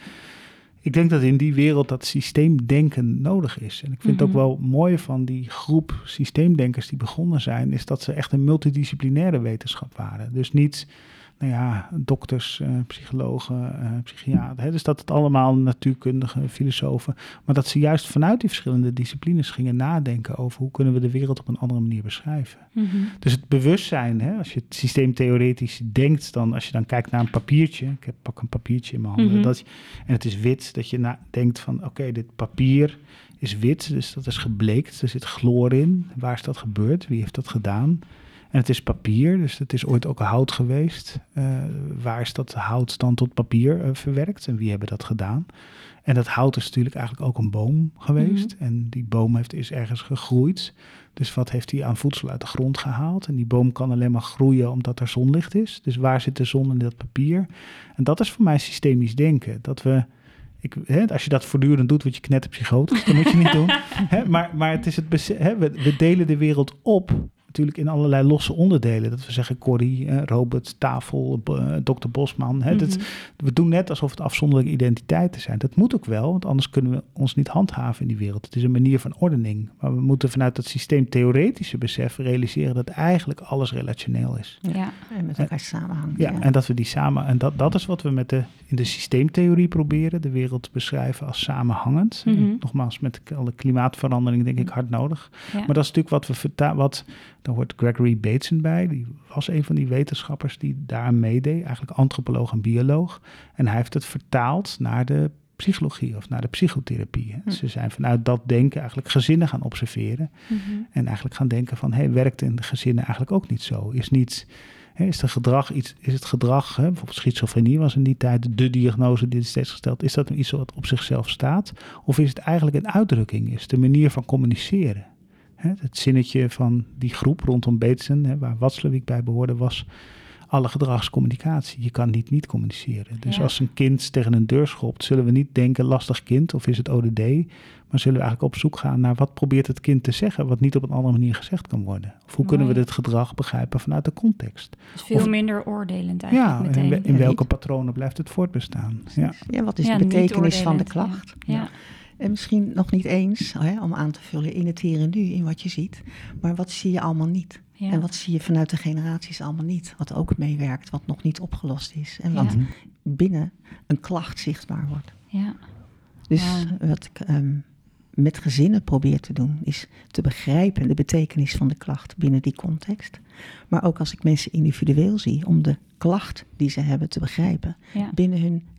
Ik denk dat in die wereld dat systeemdenken nodig is. En ik vind mm-hmm. het ook wel mooi van die groep systeemdenkers die begonnen zijn, is dat ze echt een multidisciplinaire wetenschap waren. Dus niet, nou ja, dokters, uh, psychologen, uh, psychiater. Hè? Dus dat het allemaal natuurkundigen, filosofen, maar dat ze juist vanuit die verschillende disciplines gingen nadenken over hoe kunnen we de wereld op een andere manier beschrijven. Mm-hmm. Dus het bewustzijn, hè, als je het systeemtheoretisch denkt, dan als je dan kijkt naar een papiertje, ik heb pak een papiertje in mijn handen, Mm-hmm. dat, en het is wit, dat je na, denkt van oké, okay, dit papier is wit, dus dat is gebleekt, er zit chloor in. Waar is dat gebeurd? Wie heeft dat gedaan? En het is papier, dus het is ooit ook hout geweest. Uh, waar is dat hout dan tot papier uh, verwerkt en wie hebben dat gedaan? En dat hout is natuurlijk eigenlijk ook een boom geweest. Mm-hmm. En die boom heeft, is ergens gegroeid. Dus wat heeft hij aan voedsel uit de grond gehaald? En die boom kan alleen maar groeien omdat er zonlicht is. Dus waar zit de zon in dat papier? En dat is voor mij systemisch denken. Dat we, ik, hè, als je dat voortdurend doet, word je knetterpsychotisch. Dat moet je niet doen. Hè, maar, maar het is het bes- hè, we, we delen de wereld op. Natuurlijk in allerlei losse onderdelen. Dat we zeggen Corrie, eh, Robert, tafel, uh, dokter Bosman. Hè, mm-hmm. dat, we doen net alsof het afzonderlijke identiteiten zijn. Dat moet ook wel, want anders kunnen we ons niet handhaven in die wereld. Het is een manier van ordening. Maar we moeten vanuit dat systeemtheoretische besef realiseren dat eigenlijk alles relationeel is. Ja, en met elkaar samenhangt. Ja, ja, en dat we die samen... En dat, dat is wat we met de, in de systeemtheorie proberen. De wereld te beschrijven als samenhangend. Mm-hmm. En nogmaals, met alle klimaatverandering denk ik hard nodig. Ja. Maar dat is natuurlijk wat we vertalen... Wat, daar hoort Gregory Bateson bij. Die was een van die wetenschappers die daar meedeed. Eigenlijk antropoloog en bioloog. En hij heeft het vertaald naar de psychologie of naar de psychotherapie. Hè. Mm. Ze zijn vanuit dat denken eigenlijk gezinnen gaan observeren. Mm-hmm. En eigenlijk gaan denken van, hé, hey, werkt in de gezinnen eigenlijk ook niet zo? Is niet... He, is, de gedrag iets, is het gedrag, he, bijvoorbeeld schizofrenie was in die tijd de diagnose die steeds gesteld, is dat iets wat op zichzelf staat? Of is het eigenlijk een uitdrukking, is de manier van communiceren? He, het zinnetje van die groep rondom Bateson, he, waar Watzlawick bij behoorde, was alle gedragscommunicatie. Je kan niet niet communiceren. Dus ja. Als een kind tegen een deur schopt, zullen we niet denken lastig kind of is het O D D, maar zullen we eigenlijk op zoek gaan naar wat probeert het kind te zeggen, wat niet op een andere manier gezegd kan worden. Of hoe Mooi. Kunnen we dit gedrag begrijpen vanuit de context? Dus veel of, minder oordelend eigenlijk ja, meteen. In, in welke patronen blijft het voortbestaan? Ja, ja wat is ja, de betekenis van de klacht? Ja. Ja. En misschien nog niet eens, hè, om aan te vullen in het hier en nu, in wat je ziet. Maar wat zie je allemaal niet? Ja. En wat zie je vanuit de generaties allemaal niet? Wat ook meewerkt, wat nog niet opgelost is. En wat ja. binnen een klacht zichtbaar wordt. Ja. Dus ja. wat ik um, met gezinnen probeer te doen, is te begrijpen de betekenis van de klacht binnen die context. Maar ook als ik mensen individueel zie, om de klacht die ze hebben te begrijpen. Ja. Binnen hun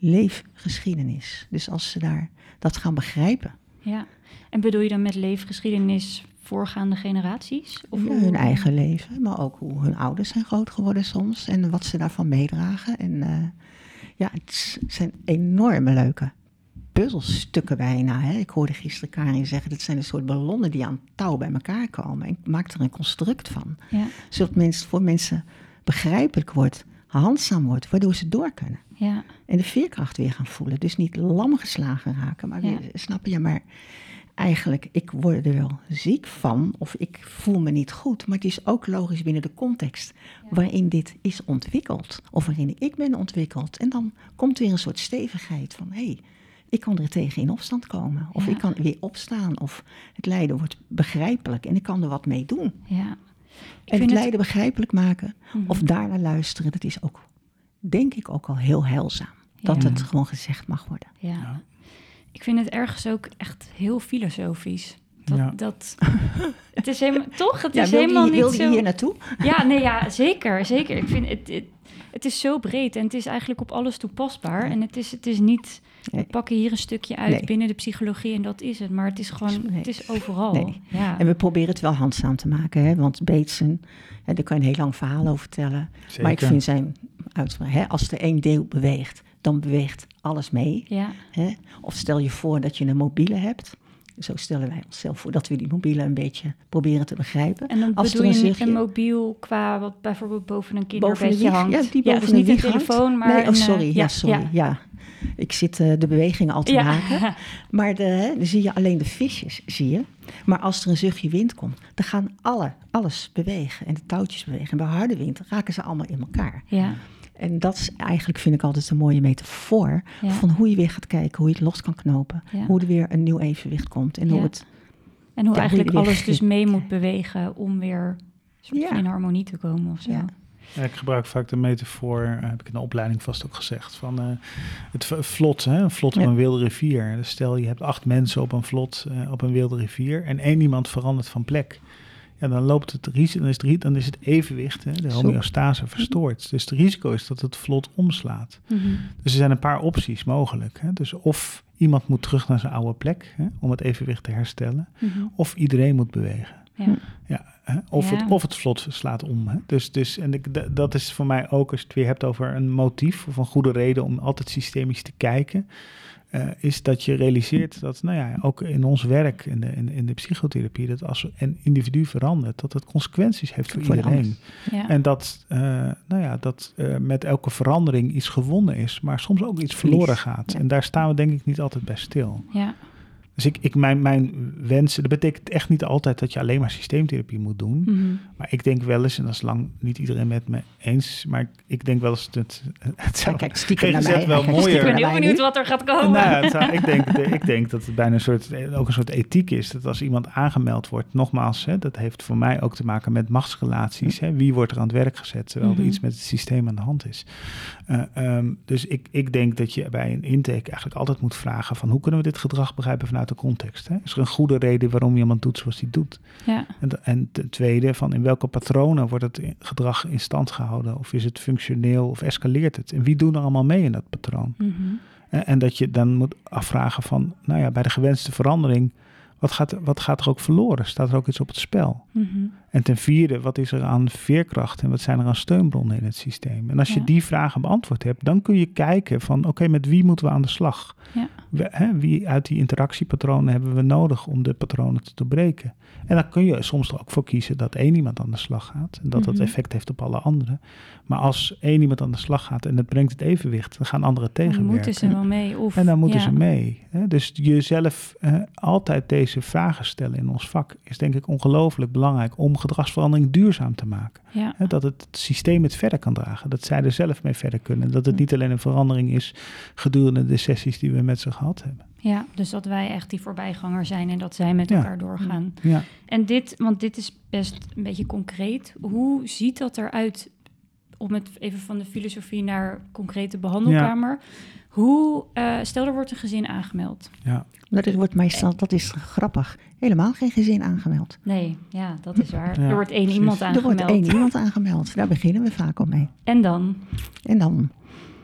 leefgeschiedenis. Dus als ze daar dat gaan begrijpen. Ja, en bedoel je dan met leefgeschiedenis voorgaande generaties? Of Ja, hoe- hun eigen leven, maar ook hoe hun ouders zijn groot geworden soms. En wat ze daarvan meedragen. En uh, ja, het is- zijn enorme leuke puzzelstukken bijna. Hè? Ik hoorde gisteren Karin zeggen, dat zijn een soort ballonnen die aan touw bij elkaar komen. En ik maak er een construct van. Ja, Zodat mensen, voor mensen begrijpelijk wordt, handzaam wordt, waardoor ze door kunnen. ja, En de veerkracht weer gaan voelen. Dus niet lam geslagen raken, maar weer Ja. snappen, ja, maar eigenlijk, ik word er wel ziek van of ik voel me niet goed. Maar het is ook logisch binnen de context waarin dit is ontwikkeld. Of waarin ik ben ontwikkeld. En dan komt weer een soort stevigheid van, hé, hey, ik kan er tegen in opstand komen. Of Ja. ik kan weer opstaan. Of het lijden wordt begrijpelijk en ik kan er wat mee doen. ja. Ik En het vind lijden begrijpelijk maken Mhm. of daarnaar luisteren, dat is ook, denk ik, ook al heel heilzaam. Dat Ja. het gewoon gezegd mag worden. Ja. Ja. Ik vind het ergens ook echt heel filosofisch. Dat, Ja. dat, het is helemaal, toch? Het Ja, is wil helemaal je, niet wil je zo... hier naartoe? Ja, nee, ja, zeker, zeker. Ik vind het, het, het is zo breed en het is eigenlijk op alles toepasbaar. En het is, het is niet, we Nee. pakken hier een stukje uit Nee. binnen de psychologie en dat is het. Maar het is gewoon, Nee. het is overal. Nee. Ja. En we proberen het wel handzaam te maken. Hè? Want Bateson, hè, daar kan je een heel lang verhaal over vertellen. Zeker. Maar ik vind zijn uitspraak, hè, als er één deel beweegt, dan beweegt alles mee. Ja, Hè? Of stel je voor dat je een mobiele hebt. Zo stellen wij onszelf voor dat we die mobiele een beetje proberen te begrijpen. en dan Als bedoel er je een niet zuchtje- een mobiel qua wat bijvoorbeeld boven een Boven de kinderbedje wieg, hangt. ja, die boven dus de niet een wieg hangt. telefoon, maar Nee, oh, een, eh, sorry, ja, sorry, ja. Ik zit uh, de beweging al te Ja. maken. Maar de, hè, dan zie je alleen de visjes, zie je. Maar als er een zuchtje wind komt, dan gaan alle, alles bewegen en de touwtjes bewegen. En bij harde wind raken ze allemaal in elkaar. Ja, En dat is eigenlijk, vind ik altijd een mooie metafoor Ja. van hoe je weer gaat kijken, hoe je het los kan knopen. Ja. Hoe er weer een nieuw evenwicht komt. En hoe Ja. het, en hoe Ja, eigenlijk hoe je weer alles dus grip mee moet krijgt. bewegen om weer soort van Ja. in harmonie te komen of zo. Ja. Ja, ik gebruik vaak de metafoor, uh, heb ik in de opleiding vast ook gezegd, van uh, het v- vlot, hè, een vlot op Ja. een wilde rivier. Dus stel je hebt acht mensen op een vlot uh, op een wilde rivier en één iemand verandert van plek. Ja, dan loopt het risico, dan is het, ri- dan is het evenwicht, hè, de Zo. homeostase verstoord. Dus het risico is dat het vlot omslaat. Mhm. Dus er zijn een paar opties mogelijk. Hè. Dus of iemand moet terug naar zijn oude plek, hè, om het evenwicht te herstellen, Mhm. of iedereen moet bewegen. Ja. Ja, hè? Of, Ja. Het, of het vlot slaat om. Hè? Dus, dus, en ik, d- dat is voor mij ook, als je het weer hebt over een motief of een goede reden om altijd systemisch te kijken, uh, is dat je realiseert dat, nou ja, ook in ons werk, in de, in, in de psychotherapie, dat als een individu verandert, dat het consequenties heeft voor, Voor de iedereen. Ja. En dat, uh, nou ja, dat uh, met elke verandering iets gewonnen is, maar soms ook iets Verlies. verloren gaat. Ja. En daar staan we denk ik niet altijd bij stil. Ja. Dus ik, ik, mijn, mijn wensen, dat betekent echt niet altijd dat je alleen maar systeemtherapie moet doen. Mhm. Maar ik denk wel eens, en dat is lang niet iedereen met me eens, maar ik, ik denk wel eens dat het Hij zou kijkt stiekem naar GGZ mij. wel hij kijkt mooier. Ik ben stiekem heel naar mij benieuwd nu. wat er gaat komen. Nou, het zou- ik, denk, ik denk dat het bijna een soort, ook een soort ethiek is. Dat als iemand aangemeld wordt, nogmaals, hè, dat heeft voor mij ook te maken met machtsrelaties. Hè, wie wordt er aan het werk gezet, terwijl Mhm. er iets met het systeem aan de hand is. Uh, um, dus ik, ik denk dat je bij een intake eigenlijk altijd moet vragen van hoe kunnen we dit gedrag begrijpen vanuit de context. Hè? Is er een goede reden waarom iemand doet zoals hij doet? Ja. En, en ten tweede, van in welke patronen wordt het gedrag in stand gehouden? Of is het functioneel of escaleert het? En wie doen er allemaal mee in dat patroon? Mhm. En, en dat je dan moet afvragen van, nou ja, bij de gewenste verandering, wat gaat, wat gaat er ook verloren? Staat er ook iets op het spel? Mhm. En ten vierde, wat is er aan veerkracht en wat zijn er aan steunbronnen in het systeem? En als je Ja. die vragen beantwoord hebt, dan kun je kijken van, oké, okay, met wie moeten we aan de slag? Ja. We, hè, wie uit die interactiepatronen hebben we nodig om de patronen te doorbreken? En dan kun je soms er ook voor kiezen dat één iemand aan de slag gaat en dat dat Mhm. effect heeft op alle anderen. Maar als één iemand aan de slag gaat en het brengt het evenwicht, dan gaan anderen Dan tegenwerken. moeten ze wel mee. Of, En dan moeten ja. ze mee. Hè? Dus jezelf uh, altijd deze vragen stellen in ons vak is denk ik ongelooflijk belangrijk om gedragsverandering duurzaam te maken. Ja. Hè? Dat het systeem het verder kan dragen. Dat zij er zelf mee verder kunnen. Dat het niet alleen een verandering is gedurende de sessies die we met ze gehad hebben. Ja, dus dat wij echt die voorbijganger zijn en dat zij met Ja. elkaar doorgaan. Ja. En dit, want dit is best een beetje concreet. Hoe ziet dat eruit, om het even van de filosofie naar concrete behandelkamer? Hoe, uh, stel er wordt een gezin aangemeld. Ja. Dat er wordt meestal, dat is grappig, helemaal geen gezin aangemeld. Nee, ja, dat is waar. Ja, er wordt één precies. iemand aangemeld. Er wordt één iemand aangemeld, daar beginnen we vaak al mee. En dan? En dan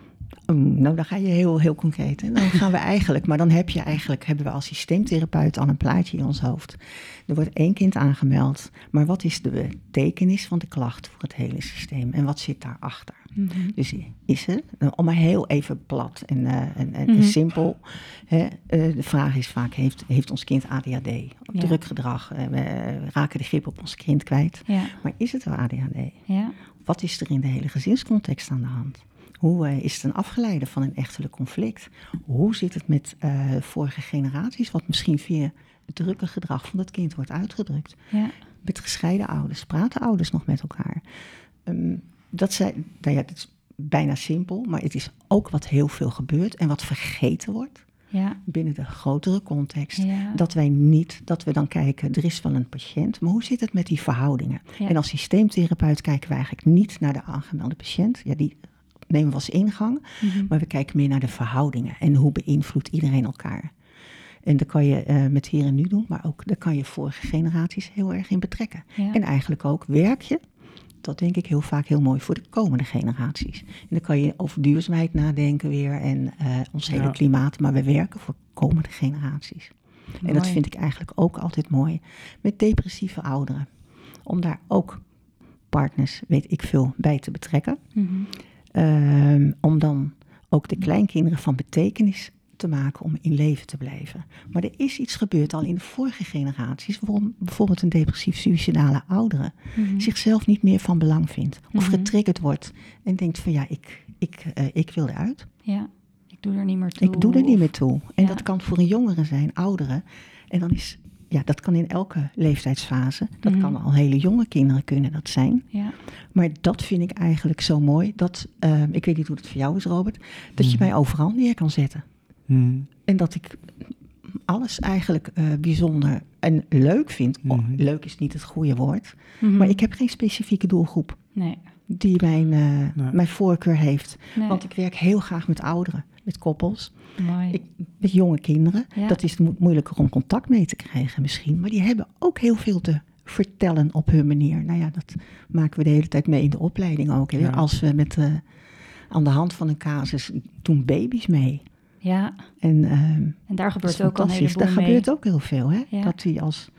Um, nou, dan ga je heel, heel concreet. Hè? Dan gaan we eigenlijk, maar dan heb je eigenlijk, hebben we als systeemtherapeut al een plaatje in ons hoofd. Er wordt één kind aangemeld, maar wat is de betekenis van de klacht voor het hele systeem? En wat zit daarachter? Mm-hmm. Dus is het, om maar heel even plat en, uh, en, en mm-hmm. simpel. Hè, uh, de vraag is vaak, heeft, heeft ons kind A D H D? Ja. Druk gedrag, uh, we raken de grip op ons kind kwijt. Ja. Maar is het wel A D H D? Ja. Wat is er in de hele gezinscontext aan de hand? Hoe uh, is het een afgeleide van een echtelijk conflict? Hoe zit het met uh, vorige generaties, wat misschien via het drukke gedrag van het kind wordt uitgedrukt? Ja. Met gescheiden ouders, praten ouders nog met elkaar? Um, dat, zijn, nou ja, dat is bijna simpel, maar het is ook wat heel veel gebeurt en wat vergeten wordt. Ja. Binnen de grotere context. Ja. Dat wij niet, dat we dan kijken, er is wel een patiënt, maar hoe zit het met die verhoudingen? Ja. En als systeemtherapeut kijken we eigenlijk niet naar de aangemelde patiënt. Ja, die nemen we als ingang, mm-hmm. maar we kijken meer naar de verhoudingen en hoe beïnvloedt iedereen elkaar. En dat kan je uh, met hier en nu doen, maar ook daar kan je vorige generaties heel erg in betrekken. Ja. En eigenlijk ook werk je, dat denk ik heel vaak heel mooi voor de komende generaties. En dan kan je over duurzaamheid nadenken weer en uh, ons hele ja. klimaat, maar we werken voor komende generaties. Mooi. En dat vind ik eigenlijk ook altijd mooi met depressieve ouderen. Om daar ook partners, weet ik veel, bij te betrekken. Mm-hmm. Um, om dan ook de kleinkinderen van betekenis te maken om in leven te blijven. Maar er is iets gebeurd al in de vorige generaties, waarom bijvoorbeeld een depressief-suïcidale oudere mm-hmm. zichzelf niet meer van belang vindt. Of mm-hmm. getriggerd wordt en denkt van ja, ik, ik, uh, ik wil eruit. Ja, ik doe er niet meer toe. Ik doe er niet meer toe. En ja. dat kan voor een jongere zijn, ouderen. En dan is, ja, dat kan in elke leeftijdsfase. Dat mm-hmm. kan al hele jonge kinderen kunnen dat zijn. Ja. Maar dat vind ik eigenlijk zo mooi. Dat, uh, ik weet niet hoe het voor jou is, Robert. Dat mm-hmm. je mij overal neer kan zetten. Mm. En dat ik alles eigenlijk uh, bijzonder en leuk vind. Mm-hmm. Oh, leuk is niet het goede woord. Mm-hmm. Maar ik heb geen specifieke doelgroep. Nee. Die mijn, uh, nee. mijn voorkeur heeft. Nee. Want ik werk heel graag met ouderen, met koppels. Ik, met jonge kinderen. Ja. Dat is mo- moeilijker om contact mee te krijgen misschien. Maar die hebben ook heel veel te vertellen op hun manier. Nou ja, dat maken we de hele tijd mee in de opleiding ook. Ja. Als we met uh, aan de hand van een casus doen baby's mee. Ja, en, uh, en daar gebeurt ook al een heleboel Daar mee. gebeurt ook heel veel, hè? Ja. Dat die als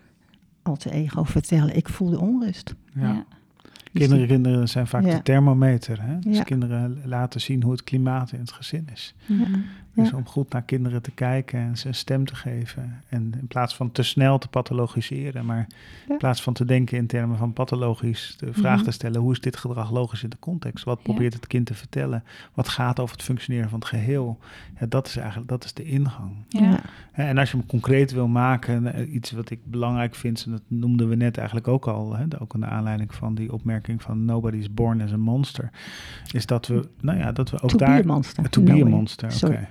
alter ego vertellen, ik voel de onrust. Ja. Ja. Kinderen, kinderen zijn vaak ja. de thermometer. Hè? Dus ja. kinderen laten zien hoe het klimaat in het gezin is. Ja. Dus ja. om goed naar kinderen te kijken en ze een stem te geven. En in plaats van te snel te pathologiseren, maar ja. in plaats van te denken in termen van pathologisch, de vraag mm-hmm. te stellen, hoe is dit gedrag logisch in de context? Wat probeert ja. het kind te vertellen? Wat gaat over het functioneren van het geheel? Ja, dat is eigenlijk dat is de ingang. Ja. En als je hem concreet wil maken, iets wat ik belangrijk vind, en dat noemden we net eigenlijk ook al, hè, ook aan de aanleiding van die opmerking van nobody's born as a monster, is dat we, nou ja, dat we ook to daar... Be a monster. To be a monster, oké. Okay.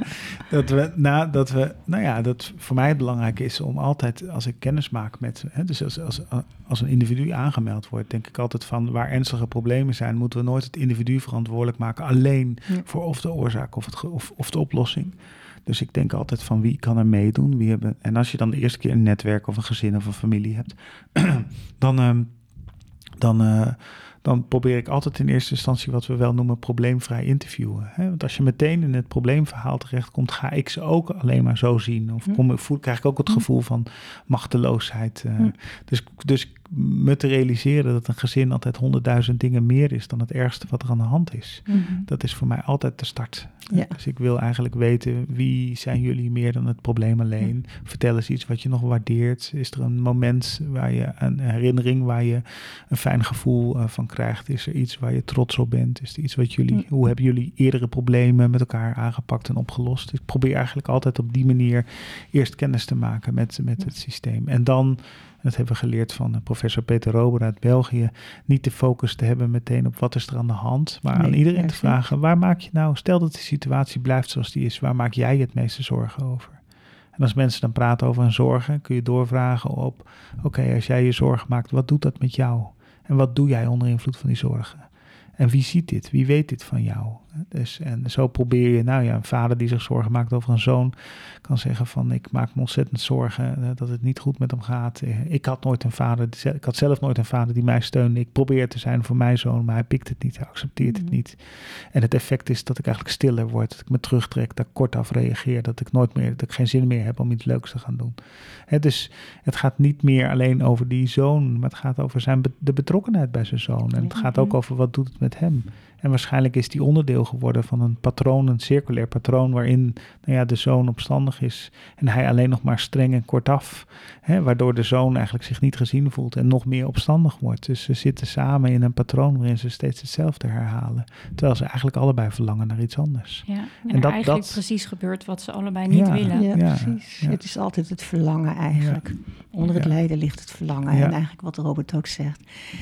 dat we, nou, dat we, nou ja, dat voor mij belangrijk is om altijd, als ik kennis maak met, hè, dus als, als, als een individu aangemeld wordt, denk ik altijd van, waar ernstige problemen zijn, moeten we nooit het individu verantwoordelijk maken, alleen ja. voor of de oorzaak of, het, of, of de oplossing. Dus ik denk altijd van, wie kan er meedoen? Wie hebben, en als je dan de eerste keer een netwerk of een gezin of een familie hebt, dan... Um, dan, uh, dan probeer ik altijd in eerste instantie wat we wel noemen probleemvrij interviewen. Hè? Want als je meteen in het probleemverhaal terechtkomt, ga ik ze ook alleen maar zo zien. Of kom, voel, krijg ik ook het gevoel van machteloosheid. Uh, dus, dus me te realiseren dat een gezin altijd honderdduizend dingen meer is dan het ergste wat er aan de hand is. Mm-hmm. Dat is voor mij altijd de start. Ja. Dus ik wil eigenlijk weten, wie zijn jullie meer dan het probleem alleen? Ja. Vertel eens iets wat je nog waardeert. Is er een moment waar je, een herinnering waar je een fijn gevoel uh, van krijgt? Is er iets waar je trots op bent? Is er iets wat jullie, ja. hoe hebben jullie eerdere problemen met elkaar aangepakt en opgelost? Ik probeer eigenlijk altijd op die manier eerst kennis te maken met, met ja. het systeem. En dan, dat hebben we geleerd van professor Peter Rober uit België, niet de focus te hebben meteen op wat is er aan de hand, maar nee, aan iedereen te vragen, waar maak je nou, stel dat de situatie blijft zoals die is, waar maak jij je het meeste zorgen over? En als mensen dan praten over hun zorgen, kun je doorvragen op, oké, okay, als jij je zorgen maakt, wat doet dat met jou? En wat doe jij onder invloed van die zorgen? En wie ziet dit? Wie weet dit van jou? Dus, en zo probeer je, nou ja, een vader die zich zorgen maakt over een zoon, kan zeggen van, ik maak me ontzettend zorgen uh, dat het niet goed met hem gaat. Uh, ik had nooit een vader, ik had zelf nooit een vader die mij steunde. Ik probeer te zijn voor mijn zoon, maar hij pikt het niet, hij accepteert het niet. En het effect is dat ik eigenlijk stiller word, dat ik me terugtrek, dat ik kortaf reageer, dat ik nooit meer, dat ik geen zin meer heb om iets leuks te gaan doen. He, dus het gaat niet meer alleen over die zoon, maar het gaat over zijn be- de betrokkenheid bij zijn zoon. En het gaat ook over wat doet het met hem. En waarschijnlijk is die onderdeel geworden van een patroon, een circulair patroon, waarin nou ja, de zoon opstandig is en hij alleen nog maar streng en kortaf. Hè, waardoor de zoon eigenlijk zich niet gezien voelt en nog meer opstandig wordt. Dus ze zitten samen in een patroon waarin ze steeds hetzelfde herhalen. Terwijl ze eigenlijk allebei verlangen naar iets anders. Ja, en, en er dat, eigenlijk dat, precies gebeurt wat ze allebei niet ja, willen. Ja, Ja, precies. ja. Het is altijd het verlangen eigenlijk. Ja. Onder het Ja. lijden ligt het verlangen. Ja. En eigenlijk wat Robert ook zegt.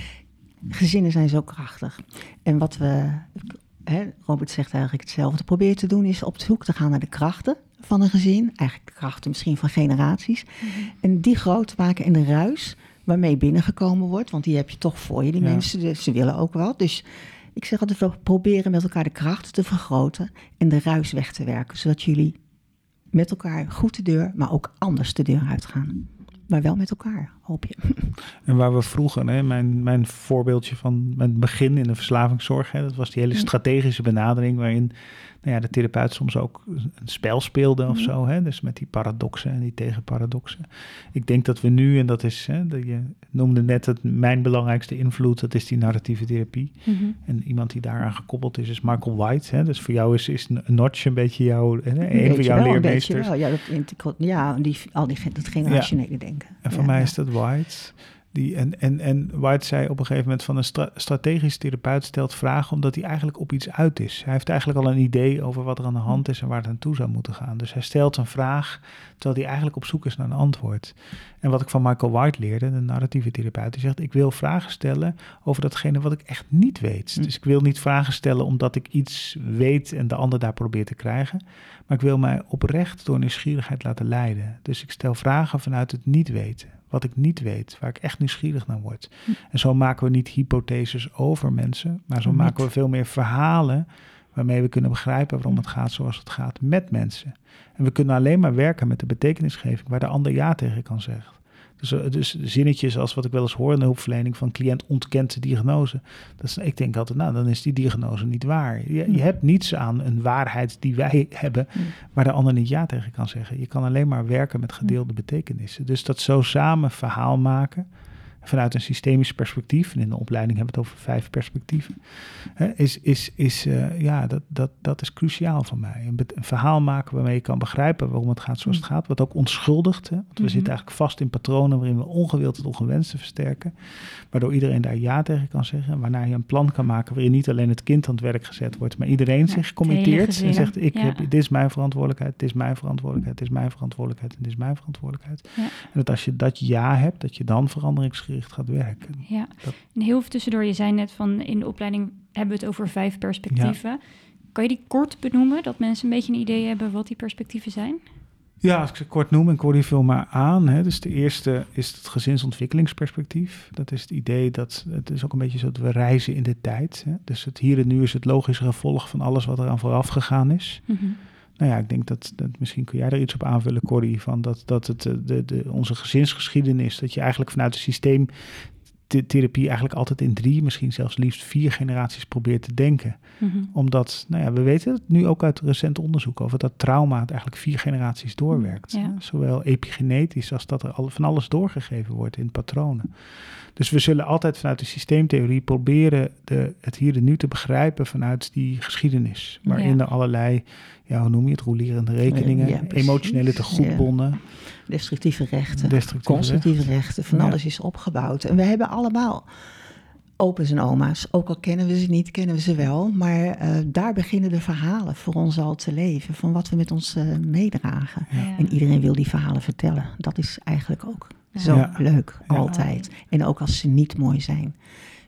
Gezinnen zijn zo krachtig. En wat we, hè, Robert zegt eigenlijk hetzelfde, probeer te doen is op zoek te gaan naar de krachten van een gezin. Eigenlijk de krachten misschien van generaties. Mm-hmm. En die groot te maken in de ruis waarmee binnengekomen wordt. Want die heb je toch voor je, die ja. mensen. Dus ze willen ook wat. Dus ik zeg altijd, we proberen met elkaar de krachten te vergroten en de ruis weg te werken. Zodat jullie met elkaar goed de deur, maar ook anders de deur uitgaan. Maar wel met elkaar, hoop je. En waar we vroeger, hè, mijn, mijn voorbeeldje van mijn begin in de verslavingszorg, hè, dat was die hele strategische benadering waarin nou ja, de therapeut soms ook een spel speelde of zo. Hè, dus met die paradoxen en die tegenparadoxen. Ik denk dat we nu, en dat is, hè, dat je noemde net het mijn belangrijkste invloed, dat is die narratieve therapie. Mm-hmm. En iemand die daaraan gekoppeld is, is Michael White. Hè, dus voor jou is, is Notch een beetje jouw, hè, een, een van jouw wel, leermeesters. Wel, ja, dat, ja die, al die, dat generationele ja. denken. En voor ja, mij ja. is dat White. Die, en, en, en White zei op een gegeven moment van een stra- strategisch therapeut stelt vragen omdat hij eigenlijk op iets uit is. Hij heeft eigenlijk al een idee over wat er aan de hand is en waar het aan toe zou moeten gaan. Dus hij stelt een vraag terwijl hij eigenlijk op zoek is naar een antwoord. En wat ik van Michael White leerde, de narratieve therapeut, die zegt ik wil vragen stellen over datgene wat ik echt niet weet. Mm. Dus ik wil niet vragen stellen omdat ik iets weet en de ander daar probeert te krijgen. Maar ik wil mij oprecht door nieuwsgierigheid laten leiden. Dus ik stel vragen vanuit het niet weten. Wat ik niet weet, waar ik echt nieuwsgierig naar word. Hm. En zo maken we niet hypotheses over mensen, maar zo hm. maken we veel meer verhalen waarmee we kunnen begrijpen waarom het gaat zoals het gaat met mensen. En we kunnen alleen maar werken met de betekenisgeving waar de ander ja tegen kan zeggen. Dus, dus zinnetjes als wat ik wel eens hoor in de hulpverlening van cliënt ontkent de diagnose. Dat is, ik denk altijd, nou dan is die diagnose niet waar. Je, je hebt niets aan een waarheid die wij hebben waar de ander niet ja tegen kan zeggen. Je kan alleen maar werken met gedeelde betekenissen. Dus dat zo samen verhaal maken vanuit een systemisch perspectief, en in de opleiding hebben we het over vijf perspectieven, hè, is, is, is, uh, ja, dat, dat, dat is cruciaal voor mij. Een, be- een verhaal maken waarmee je kan begrijpen waarom het gaat zoals het gaat, wat ook onschuldigt. Hè, want we mm-hmm. zitten eigenlijk vast in patronen waarin we ongewild het ongewenste versterken, waardoor iedereen daar ja tegen kan zeggen, waarna je een plan kan maken waarin niet alleen het kind aan het werk gezet wordt, maar iedereen ja, zich committeert en zegt, ik ja. heb, dit is mijn verantwoordelijkheid, dit is mijn verantwoordelijkheid, dit is mijn verantwoordelijkheid en dit is mijn verantwoordelijkheid. Ja. En dat als je dat ja hebt, dat je dan veranderingsgericht gaat werken. Ja, dat... en heel even tussendoor, je zei net van in de opleiding hebben we het over vijf perspectieven. Ja. Kan je die kort benoemen, dat mensen een beetje een idee hebben wat die perspectieven zijn? Ja, als ik ze kort noem, en ik hoor die veel maar aan. Hè. Dus de eerste is het gezinsontwikkelingsperspectief. Dat is het idee dat, het is ook een beetje zo dat we reizen in de tijd. Hè. Dus het hier en nu is het logische gevolg van alles wat er aan vooraf gegaan is. Mm-hmm. Nou ja, ik denk dat, dat misschien kun jij er iets op aanvullen, Corrie, van dat, dat het de, de, onze gezinsgeschiedenis, dat je eigenlijk vanuit het systeem therapie eigenlijk altijd in drie, misschien zelfs liefst vier generaties probeert te denken. Mm-hmm. Omdat, nou ja, we weten het nu ook uit recent onderzoek over dat trauma het eigenlijk vier generaties doorwerkt. Ja. Zowel epigenetisch als dat er al, van alles doorgegeven wordt in patronen. Dus we zullen altijd vanuit de systeemtheorie proberen de, het hier en nu te begrijpen vanuit die geschiedenis. Waarin ja. er allerlei, ja, hoe noem je het, rolerende rekeningen, ja, emotionele tegoedbonden. Ja. Destructieve rechten, Destructieve constructieve rechten. rechten, van ja. alles is opgebouwd. En we hebben allemaal opa's en oma's, ook al kennen we ze niet, kennen we ze wel. Maar uh, daar beginnen de verhalen voor ons al te leven, van wat we met ons uh, meedragen. Ja. En iedereen wil die verhalen vertellen. Dat is eigenlijk ook ja. zo ja. leuk, ja. altijd. En ook als ze niet mooi zijn.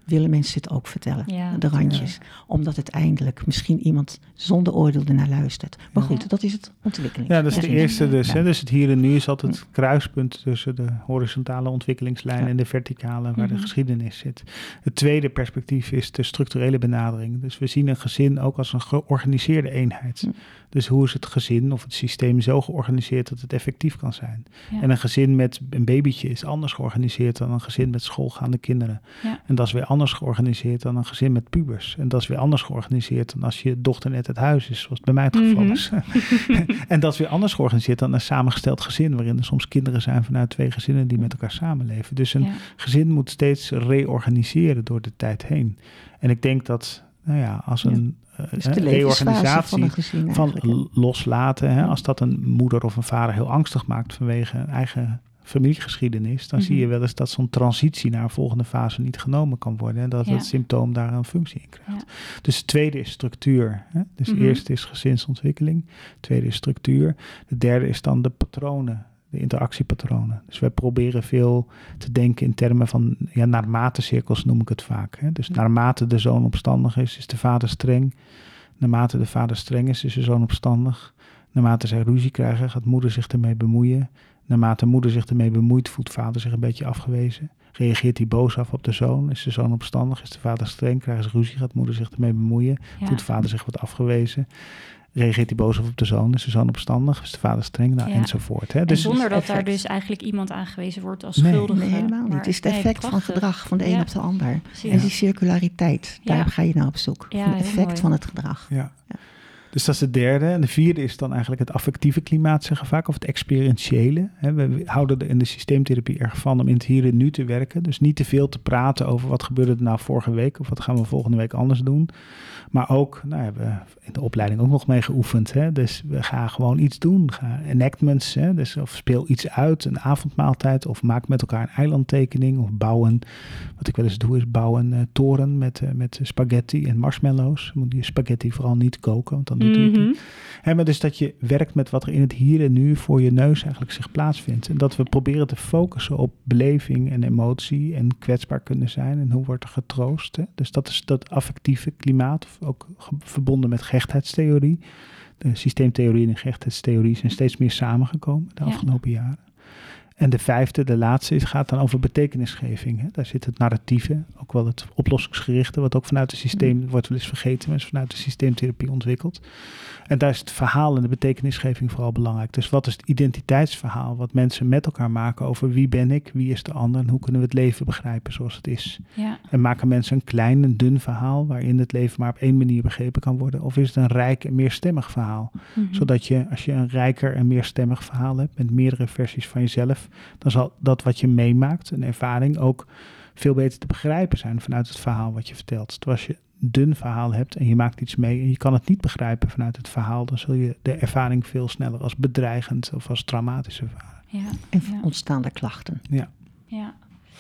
willen mensen het ook vertellen. Ja, de randjes. Ja. Omdat uiteindelijk misschien iemand zonder oordeel ernaar luistert. Maar goed, ja. dat is het ontwikkeling. Ja, dat is de ja. eerste. Dus, ja. hè, dus het hier en nu is altijd het kruispunt tussen de horizontale ontwikkelingslijn ja. en de verticale, waar mm-hmm. de geschiedenis zit. Het tweede perspectief is de structurele benadering. Dus we zien een gezin ook als een georganiseerde eenheid. Ja. Dus hoe is het gezin of het systeem zo georganiseerd dat het effectief kan zijn? Ja. En een gezin met een babytje is anders georganiseerd dan een gezin met schoolgaande kinderen. Ja. En dat is weer anders georganiseerd dan een gezin met pubers. En dat is weer anders georganiseerd dan als je dochter net uit huis is, zoals bij mij het geval is. Mm-hmm. En dat is weer anders georganiseerd dan een samengesteld gezin, waarin er soms kinderen zijn vanuit twee gezinnen die met elkaar samenleven. Dus een ja. gezin moet steeds reorganiseren door de tijd heen. En ik denk dat, nou ja, als een ja. Dus de reorganisatie van, gezin, van loslaten, hè, als dat een moeder of een vader heel angstig maakt vanwege een eigen familiegeschiedenis, dan mm-hmm. zie je wel eens dat zo'n transitie naar een volgende fase niet genomen kan worden en dat ja. het symptoom daar een functie in krijgt. Ja. Dus het tweede is structuur. Hè? Dus mm-hmm. eerst is gezinsontwikkeling, het tweede is structuur, de derde is dan de patronen, de interactiepatronen. Dus wij proberen veel te denken in termen van, ja, naarmate cirkels noem ik het vaak. Hè? Dus naarmate de zoon opstandig is, is de vader streng. Naarmate de vader streng is, is de zoon opstandig. Naarmate zij ruzie krijgen, gaat moeder zich ermee bemoeien. Naarmate moeder zich ermee bemoeit, voelt vader zich een beetje afgewezen. Reageert hij boos af op de zoon? Is de zoon opstandig? Is de vader streng? Krijgen ze ruzie? Gaat moeder zich ermee bemoeien? Ja. Voelt vader zich wat afgewezen? Reageert hij boos af op de zoon? Is de zoon opstandig? Is de vader streng? Nou, ja. enzovoort. Hè? En dus zonder dat daar dus eigenlijk iemand aangewezen wordt als schuldige. Nee, nee helemaal niet. Het is het effect nee, van gedrag van de ja. een op de ander. Precies. En die circulariteit, daar ja. ga je naar op zoek. Ja, het effect mooi. Van het gedrag. Ja. Ja. Dus dat is het derde. En de vierde is dan eigenlijk het affectieve klimaat, zeggen we vaak, of het experientiële. We houden er in de systeemtherapie erg van om in het hier en nu te werken. Dus niet te veel te praten over wat gebeurde er nou vorige week of wat gaan we volgende week anders doen. Maar ook, nou hebben we in de opleiding ook nog mee geoefend. Hè? Dus we gaan gewoon iets doen. Ga enactments, hè? Dus of speel iets uit, een avondmaaltijd, of maak met elkaar een eilandtekening, of bouwen. Wat ik wel eens doe is bouwen een uh, toren met, uh, met spaghetti en marshmallows. Moet je spaghetti vooral niet koken, want dan doet hij het niet. Hè, maar dus dat je werkt met wat er in het hier en nu voor je neus eigenlijk zich plaatsvindt. En dat we proberen te focussen op beleving en emotie en kwetsbaar kunnen zijn. En hoe wordt er getroost. Hè? Dus dat is dat affectieve klimaat, of ook ge- verbonden met gechtheidstheorie. De systeemtheorie en de gechtheidstheorie zijn steeds meer samengekomen de afgelopen ja. jaren. En de vijfde, de laatste, is, gaat dan over betekenisgeving. Hè? Daar zit het narratieve, ook wel het oplossingsgerichte, wat ook vanuit het systeem, mm. wordt wel eens vergeten, maar is vanuit de systeemtherapie ontwikkeld. En daar is het verhaal en de betekenisgeving vooral belangrijk. Dus wat is het identiteitsverhaal wat mensen met elkaar maken over wie ben ik, wie is de ander en hoe kunnen we het leven begrijpen zoals het is. Ja. En maken mensen een klein, een dun verhaal waarin het leven maar op één manier begrepen kan worden? Of is het een rijk en meerstemmig verhaal? Mm-hmm. Zodat je, als je een rijker en meerstemmig verhaal hebt met meerdere versies van jezelf, dan zal dat wat je meemaakt, een ervaring, ook veel beter te begrijpen zijn vanuit het verhaal wat je vertelt. Terwijl als je een dun verhaal hebt en je maakt iets mee en je kan het niet begrijpen vanuit het verhaal, dan zul je de ervaring veel sneller als bedreigend of als traumatisch ervaren. Ja. En ja. ontstaan er klachten. Ja. ja.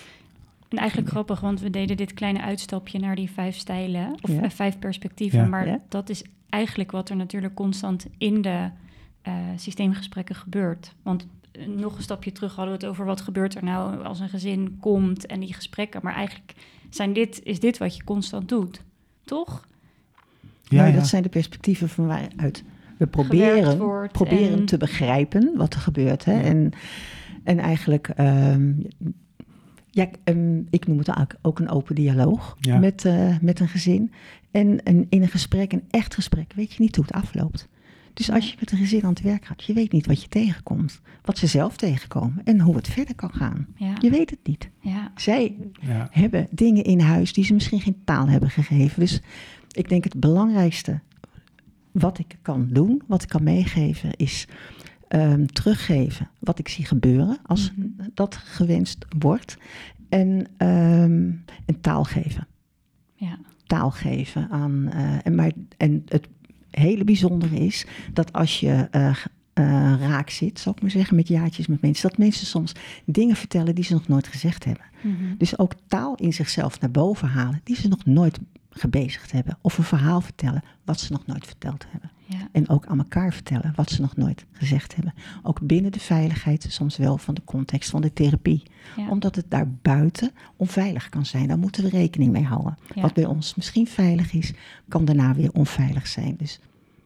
En eigenlijk ja. grappig, want we deden dit kleine uitstapje naar die vijf stijlen, of ja. vijf perspectieven, ja. maar ja. dat is eigenlijk wat er natuurlijk constant in de uh, systeemgesprekken gebeurt. Want nog een stapje terug hadden we het over wat gebeurt er nou als een gezin komt en die gesprekken. Maar eigenlijk zijn dit, is dit wat je constant doet, toch? Ja, nou, ja. Dat zijn de perspectieven van waaruit we proberen, proberen en... te begrijpen wat er gebeurt. Hè? Ja. En, en eigenlijk, um, ja, um, ik noem het ook een open dialoog ja. met, uh, met een gezin. En, en in een gesprek, een echt gesprek, weet je niet hoe het afloopt. Dus als je met een gezin aan het werk gaat, je weet niet wat je tegenkomt. Wat ze zelf tegenkomen en hoe het verder kan gaan. Ja. Je weet het niet. Ja. Zij ja. hebben dingen in huis die ze misschien geen taal hebben gegeven. Dus ik denk het belangrijkste wat ik kan doen, wat ik kan meegeven, is um, teruggeven wat ik zie gebeuren als mm-hmm. dat gewenst wordt. En, um, en taal geven. Ja. Taal geven aan. Uh, en, maar, en het hele bijzondere is dat als je uh, uh, raak zit, zal ik maar zeggen, met jaartjes met mensen, dat mensen soms dingen vertellen die ze nog nooit gezegd hebben. Mm-hmm. Dus ook taal in zichzelf naar boven halen die ze nog nooit gebezigd hebben. Of een verhaal vertellen wat ze nog nooit verteld hebben. Ja. En ook aan elkaar vertellen wat ze nog nooit gezegd hebben. Ook binnen de veiligheid, soms wel van de context van de therapie. Ja. Omdat het daar buiten onveilig kan zijn. Daar moeten we rekening mee houden. Ja. Wat bij ons misschien veilig is, kan daarna weer onveilig zijn. Dus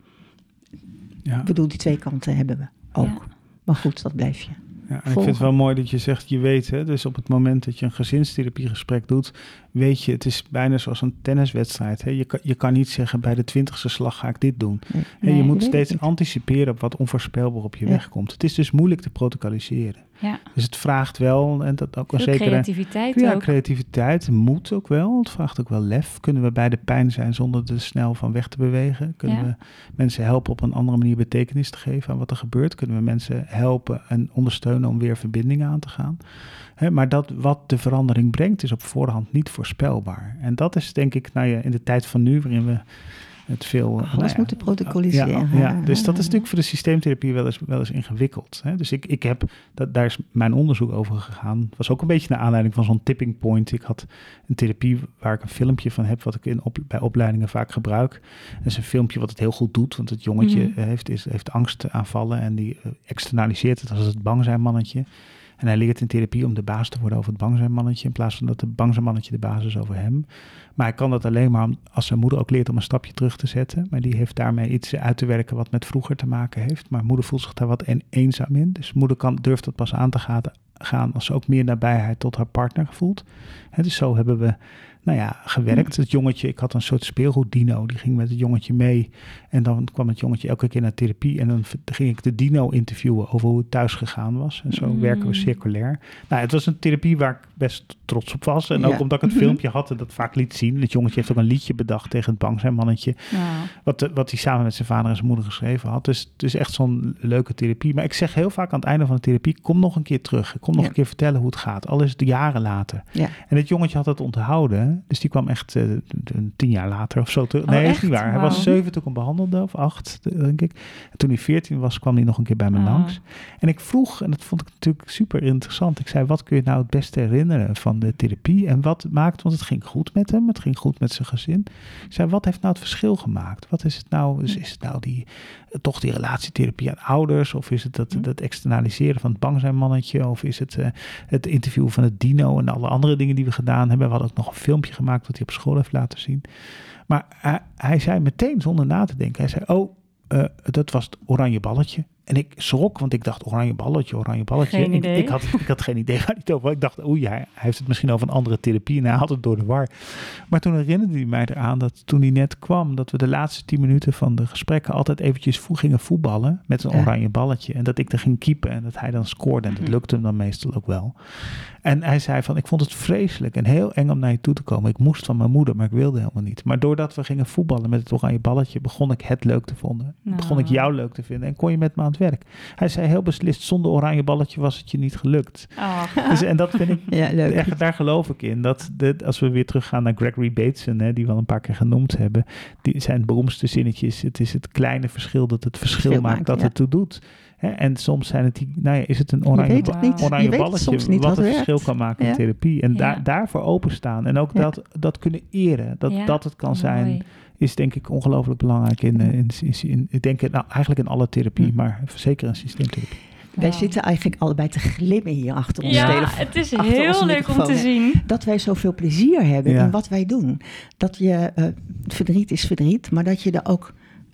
Ja. ik bedoel, die twee kanten hebben we ook. Ja. Maar goed, dat blijf je. Ja, en ik vind het wel mooi dat je zegt, je weet, hè, dus op het moment dat je een gezinstherapiegesprek doet, weet je, het is bijna zoals een tenniswedstrijd. Hè. Je, kan, je kan niet zeggen, bij de twintigste slag ga ik dit doen. Nee. Hè, je Nee, moet weet steeds het anticiperen op wat onvoorspelbaar op je Ja. weg komt. Het is dus moeilijk te protocoliseren. Ja. Dus het vraagt wel, en dat ook een Veel zekere creativiteit ja, ook. creativiteit, moed ook wel. Het vraagt ook wel lef. Kunnen we bij de pijn zijn zonder er snel van weg te bewegen? Kunnen Ja. we mensen helpen op een andere manier betekenis te geven aan wat er gebeurt? Kunnen we mensen helpen en ondersteunen om weer verbindingen aan te gaan? Hè, maar dat wat de verandering brengt is op voorhand niet voorspelbaar. En dat is denk ik, nou ja, in de tijd van nu waarin we het veel... Alles nou ja, moeten protocoliseren. Ja, ja, dus dat is natuurlijk voor de systeemtherapie wel eens, wel eens ingewikkeld. Hè? Dus ik, ik heb, dat, daar is mijn onderzoek over gegaan. Het was ook een beetje naar aanleiding van zo'n tipping point. Ik had een therapie waar ik een filmpje van heb, wat ik in op, bij opleidingen vaak gebruik. Dat is een filmpje wat het heel goed doet, want het jongetje Mm-hmm. heeft, is, heeft angstaanvallen en die uh, externaliseert het als het bang zijn mannetje. En hij leert in therapie om de baas te worden over het bang zijn mannetje, in plaats van dat de bang zijn mannetje de baas is over hem. Maar hij kan dat alleen maar als zijn moeder ook leert om een stapje terug te zetten. Maar die heeft daarmee iets uit te werken wat met vroeger te maken heeft. Maar moeder voelt zich daar wat een, eenzaam in. Dus moeder kan, durft dat pas aan te gaan, gaan als ze ook meer nabijheid tot haar partner voelt. He, dus zo hebben we nou ja, gewerkt. Het jongetje, ik had een soort speelgoeddino, die ging met het jongetje mee. En dan kwam het jongetje elke keer naar therapie. En dan ging ik de dino interviewen over hoe het thuis gegaan was. En zo Mm. werken we circulair. Nou, het was een therapie waar ik best trots op was. En Ja. ook omdat ik het filmpje had en dat vaak liet zien. Het jongetje heeft ook een liedje bedacht tegen het bang zijn mannetje. Nou, Wat, de, wat hij samen met zijn vader en zijn moeder geschreven had. Dus het is echt zo'n leuke therapie. Maar ik zeg heel vaak aan het einde van de therapie, kom nog een keer terug. Kom nog Ja. een keer vertellen hoe het gaat. Al is het jaren later. Ja. En het jongetje had het onthouden. Dus die kwam echt uh, tien jaar later of zo terug. Oh, Nee, dat is echt? niet waar. Hij Wauw. was zeven toen ik hem behandelde. Of acht, denk ik. En toen hij veertien was, kwam hij nog een keer bij me Oh. langs. En ik vroeg, en dat vond ik natuurlijk super interessant. Ik zei, wat kun je nou het beste herinneren van de therapie? En wat maakt, want het ging goed met hem. Het ging goed met zijn gezin. Ik zei, wat heeft nou het verschil gemaakt? Wat is het nou? Dus is het nou die, toch die relatietherapie aan ouders? Of is het dat, Hm. dat externaliseren van het bang zijn mannetje? Of is het uh, het interview van het dino en alle andere dingen die we gedaan hebben? We hadden ook nog een filmpje gemaakt wat hij op school heeft laten zien. Maar hij, hij zei meteen zonder na te denken. Hij zei, oh, uh, dat was het oranje balletje. En ik schrok, want ik dacht oranje balletje, oranje balletje. Geen ik, idee. ik, had, ik had geen idee waar hij het over had. Ik dacht, oei, hij, hij heeft het misschien over een andere therapie en hij had het door de war. Maar toen herinnerde hij mij eraan dat toen hij net kwam, dat we de laatste tien minuten van de gesprekken altijd eventjes vo- gingen voetballen met een Ja. oranje balletje. En dat ik er ging keepen en dat hij dan scoorde. En dat lukte hem dan meestal ook wel. En hij zei van, ik vond het vreselijk en heel eng om naar je toe te komen. Ik moest van mijn moeder, maar ik wilde helemaal niet. Maar doordat we gingen voetballen met het oranje balletje, begon ik het leuk te vinden. Nou. Begon ik jou leuk te vinden en kon je met me aan het werk. Hij zei heel beslist, zonder oranje balletje was het je niet gelukt. ach, Dus, en dat vind ik, Ja, leuk. echt, daar geloof ik in. Dat de, als we weer teruggaan naar Gregory Bateson, hè, die we al een paar keer genoemd hebben. Die zijn beroemdste zinnetjes. Het is het kleine verschil dat het verschil, Verschil maakt, maakt, dat ja. het toe doet. Hè, en soms zijn het die, nou ja, is het een oranje, weet het niet. oranje Je weet het balletje soms niet wat wat het werkt. verschil kan maken Ja. in therapie. En Ja. daar, daarvoor openstaan. En ook Ja. dat, dat kunnen eren. Dat, ja, dat het kan zijn, mooi. is denk ik ongelooflijk belangrijk. In, eh, in, in, in, ik denk nou, eigenlijk in alle therapie, Hm. maar zeker in systeemtherapie. Wij Wauw. zitten eigenlijk allebei te glimmen hier achter ons Ja, telefoon. het is achter heel onze leuk om microfoon, te hè. zien. Dat wij zoveel plezier hebben Ja. in wat wij doen. Dat je, eh, verdriet is verdriet, maar dat je er ook,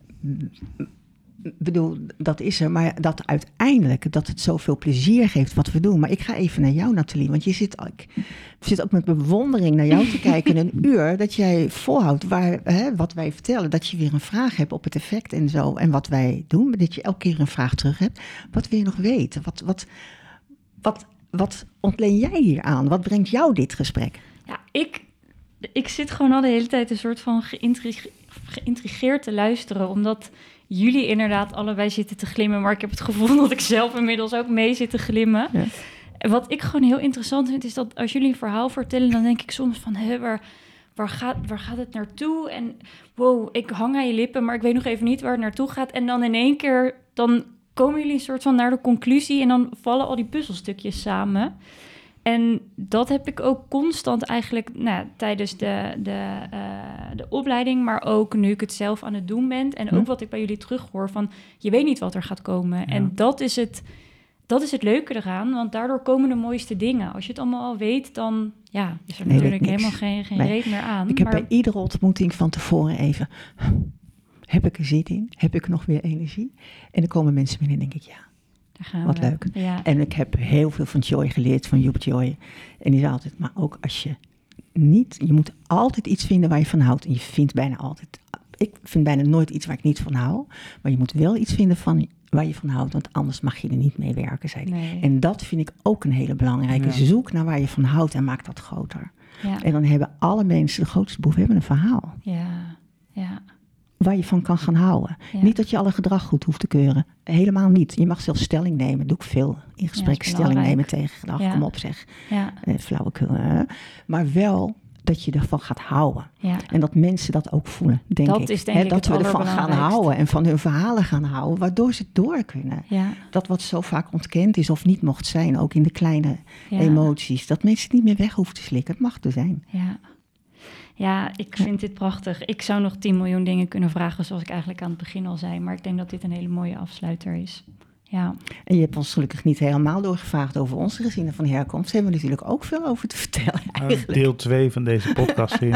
ik bedoel, dat is er, maar dat uiteindelijk, dat het zoveel plezier geeft wat we doen. Maar ik ga even naar jou, Nathalie, want je zit, ik zit ook met bewondering naar jou te kijken. Een uur dat jij volhoudt waar, hè, wat wij vertellen, dat je weer een vraag hebt op het effect en zo. En wat wij doen, dat je elke keer een vraag terug hebt. Wat wil je nog weten? Wat, wat, wat, wat ontleen jij hier aan? Wat brengt jou dit gesprek? Ja, ik, ik zit gewoon al de hele tijd een soort van geïntrigeerd, geïntrigeerd te luisteren, omdat jullie inderdaad allebei zitten te glimmen, maar ik heb het gevoel dat ik zelf inmiddels ook mee zit te glimmen. Ja. En wat ik gewoon heel interessant vind, is dat als jullie een verhaal vertellen, dan denk ik soms van, hé, waar, waar, gaat, waar gaat het naartoe? En wow, ik hang aan je lippen, maar ik weet nog even niet waar het naartoe gaat. En dan in één keer, dan komen jullie een soort van naar de conclusie en dan vallen al die puzzelstukjes samen. En dat heb ik ook constant eigenlijk nou, tijdens de, de, uh, de opleiding, maar ook nu ik het zelf aan het doen ben. En ook hm. wat ik bij jullie terughoor van, je weet niet wat er gaat komen. Ja. En dat is, het, dat is het leuke eraan, want daardoor komen de mooiste dingen. Als je het allemaal al weet, dan ja, is er nee, natuurlijk helemaal geen, geen nee. reet meer aan. Ik heb maar... bij iedere ontmoeting van tevoren even, heb ik er zin in? Heb ik nog weer energie? En dan komen mensen binnen en denk ik, ja. Wat we. leuk. Ja. En ik heb heel veel van Joy geleerd, van Joep Joy. En die zei altijd, maar ook als je niet... Je moet altijd iets vinden waar je van houdt. En je vindt bijna altijd... Ik vind bijna nooit iets waar ik niet van hou. Maar je moet wel iets vinden van waar je van houdt. Want anders mag je er niet mee werken, zei hij. Nee. En dat vind ik ook een hele belangrijke. Ja. Zoek naar waar je van houdt en maak dat groter. Ja. En dan hebben alle mensen, de grootste boef, hebben een verhaal. Ja, ja. Waar je van kan gaan houden. Ja. Niet dat je alle gedrag goed hoeft te keuren. Helemaal niet. Je mag zelf stelling nemen. Doe ik veel in gesprek. Ja, stelling nemen tegen gedrag. Ja. Kom op zeg. Ja. Eh, flauwekul. Eh. Maar wel dat je ervan gaat houden. Ja. En dat mensen dat ook voelen, denk dat ik. Is denk He, ik dat we ervan gaan houden. En van hun verhalen gaan houden. Waardoor ze door kunnen. Ja. Dat wat zo vaak ontkend is of niet mocht zijn. Ook in de kleine ja. emoties. Dat mensen het niet meer weg hoeven te slikken. Het mag er zijn. Ja. Ja, ik vind dit prachtig. Ik zou nog tien miljoen dingen kunnen vragen, zoals ik eigenlijk aan het begin al zei. Maar ik denk dat dit een hele mooie afsluiter is. Ja. En je hebt ons gelukkig niet helemaal doorgevraagd over onze gezinnen van herkomst. Daar hebben we natuurlijk ook veel over te vertellen eigenlijk. Uh, deel twee van deze podcast hier.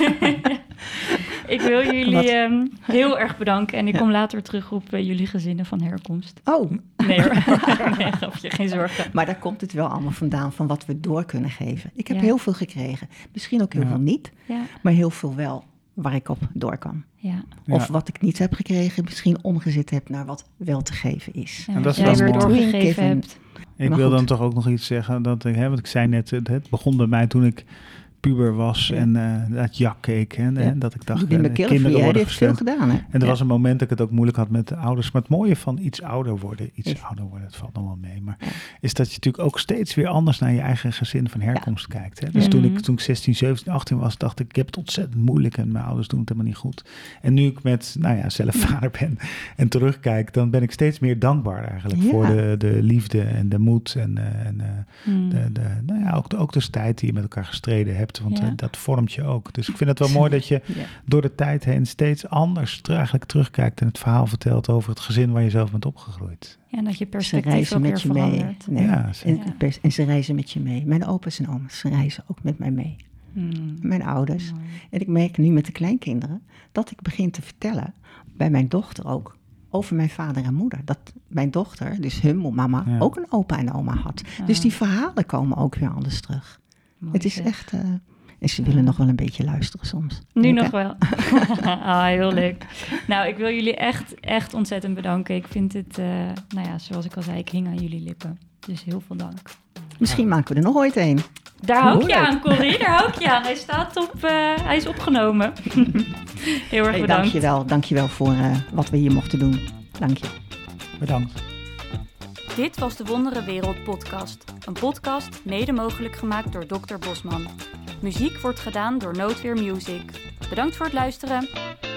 Ik wil jullie um, heel erg bedanken. En ik kom later terug op uh, jullie gezinnen van herkomst. Oh. Nee hoor, nee, grapje, geen zorgen. Maar daar komt het wel allemaal vandaan van wat we door kunnen geven. Ik heb ja. heel veel gekregen. Misschien ook heel ja. veel niet, ja. maar heel veel wel waar ik op door kan. Ja. Of ja. wat ik niet heb gekregen, misschien omgezet heb naar wat wel te geven is. Ja, en dat is jij weer doorgegeven hebt. Ik maar wil goed. dan toch ook nog iets zeggen. Dat, hè, want ik zei net, het, het begon bij mij toen ik puber was ja. en uh, dat jak keek. Hè, ja. Dat ik dacht, uh, kinderen worden heeft veel gedaan. Hè? En er ja. was een moment dat ik het ook moeilijk had met de ouders. Maar het mooie van iets ouder worden, iets ja. ouder worden, het valt nog wel mee. Maar ja. is dat je natuurlijk ook steeds weer anders naar je eigen gezin van herkomst ja. kijkt. Hè? Dus mm-hmm. toen, ik, toen ik zestien, zeventien, achttien was, dacht ik, ik heb het ontzettend moeilijk en mijn ouders doen het helemaal niet goed. En nu ik met, nou ja, zelf vader ben en terugkijk, dan ben ik steeds meer dankbaar eigenlijk ja. voor de, de liefde en de moed en, uh, en uh, mm. de, de, nou ja, ook, de, ook de tijd die je met elkaar gestreden hebt. Want ja. uh, dat vormt je ook. Dus ik vind het wel mooi dat je ja. door de tijd heen steeds anders ter, eigenlijk terugkijkt en het verhaal vertelt over het gezin waar je zelf bent opgegroeid. Ja, en dat je perspectief ook weer verandert. Nee. Ja, en, ja. en ze reizen met je mee. Mijn opa's en oma's, ze reizen ook met mij mee. Hmm. Mijn ouders. Mooi. En ik merk nu met de kleinkinderen dat ik begin te vertellen, bij mijn dochter ook, over mijn vader en moeder. Dat mijn dochter, dus hun mama, ja. ook een opa en oma had. Ja. Dus die verhalen komen ook weer anders terug. Mooi, het is zeg. echt... Uh, en ze willen ja. nog wel een beetje luisteren soms. Nu denk, nog wel. Ah, heel leuk. Nou, ik wil jullie echt, echt ontzettend bedanken. Ik vind het, uh, nou ja, zoals ik al zei, ik hing aan jullie lippen. Dus heel veel dank. Misschien maken we er nog ooit een. Daar hou ik je aan, Corrie. Daar hou ik je aan. Hij staat op, uh, hij is opgenomen. Heel erg hey, bedankt. Dankjewel, dankjewel voor uh, wat we hier mochten doen. Dank je. Bedankt. Dit was de Wondere Wereld podcast. Een podcast mede mogelijk gemaakt door dokter Bosman. Muziek wordt gedaan door Noodweer Music. Bedankt voor het luisteren.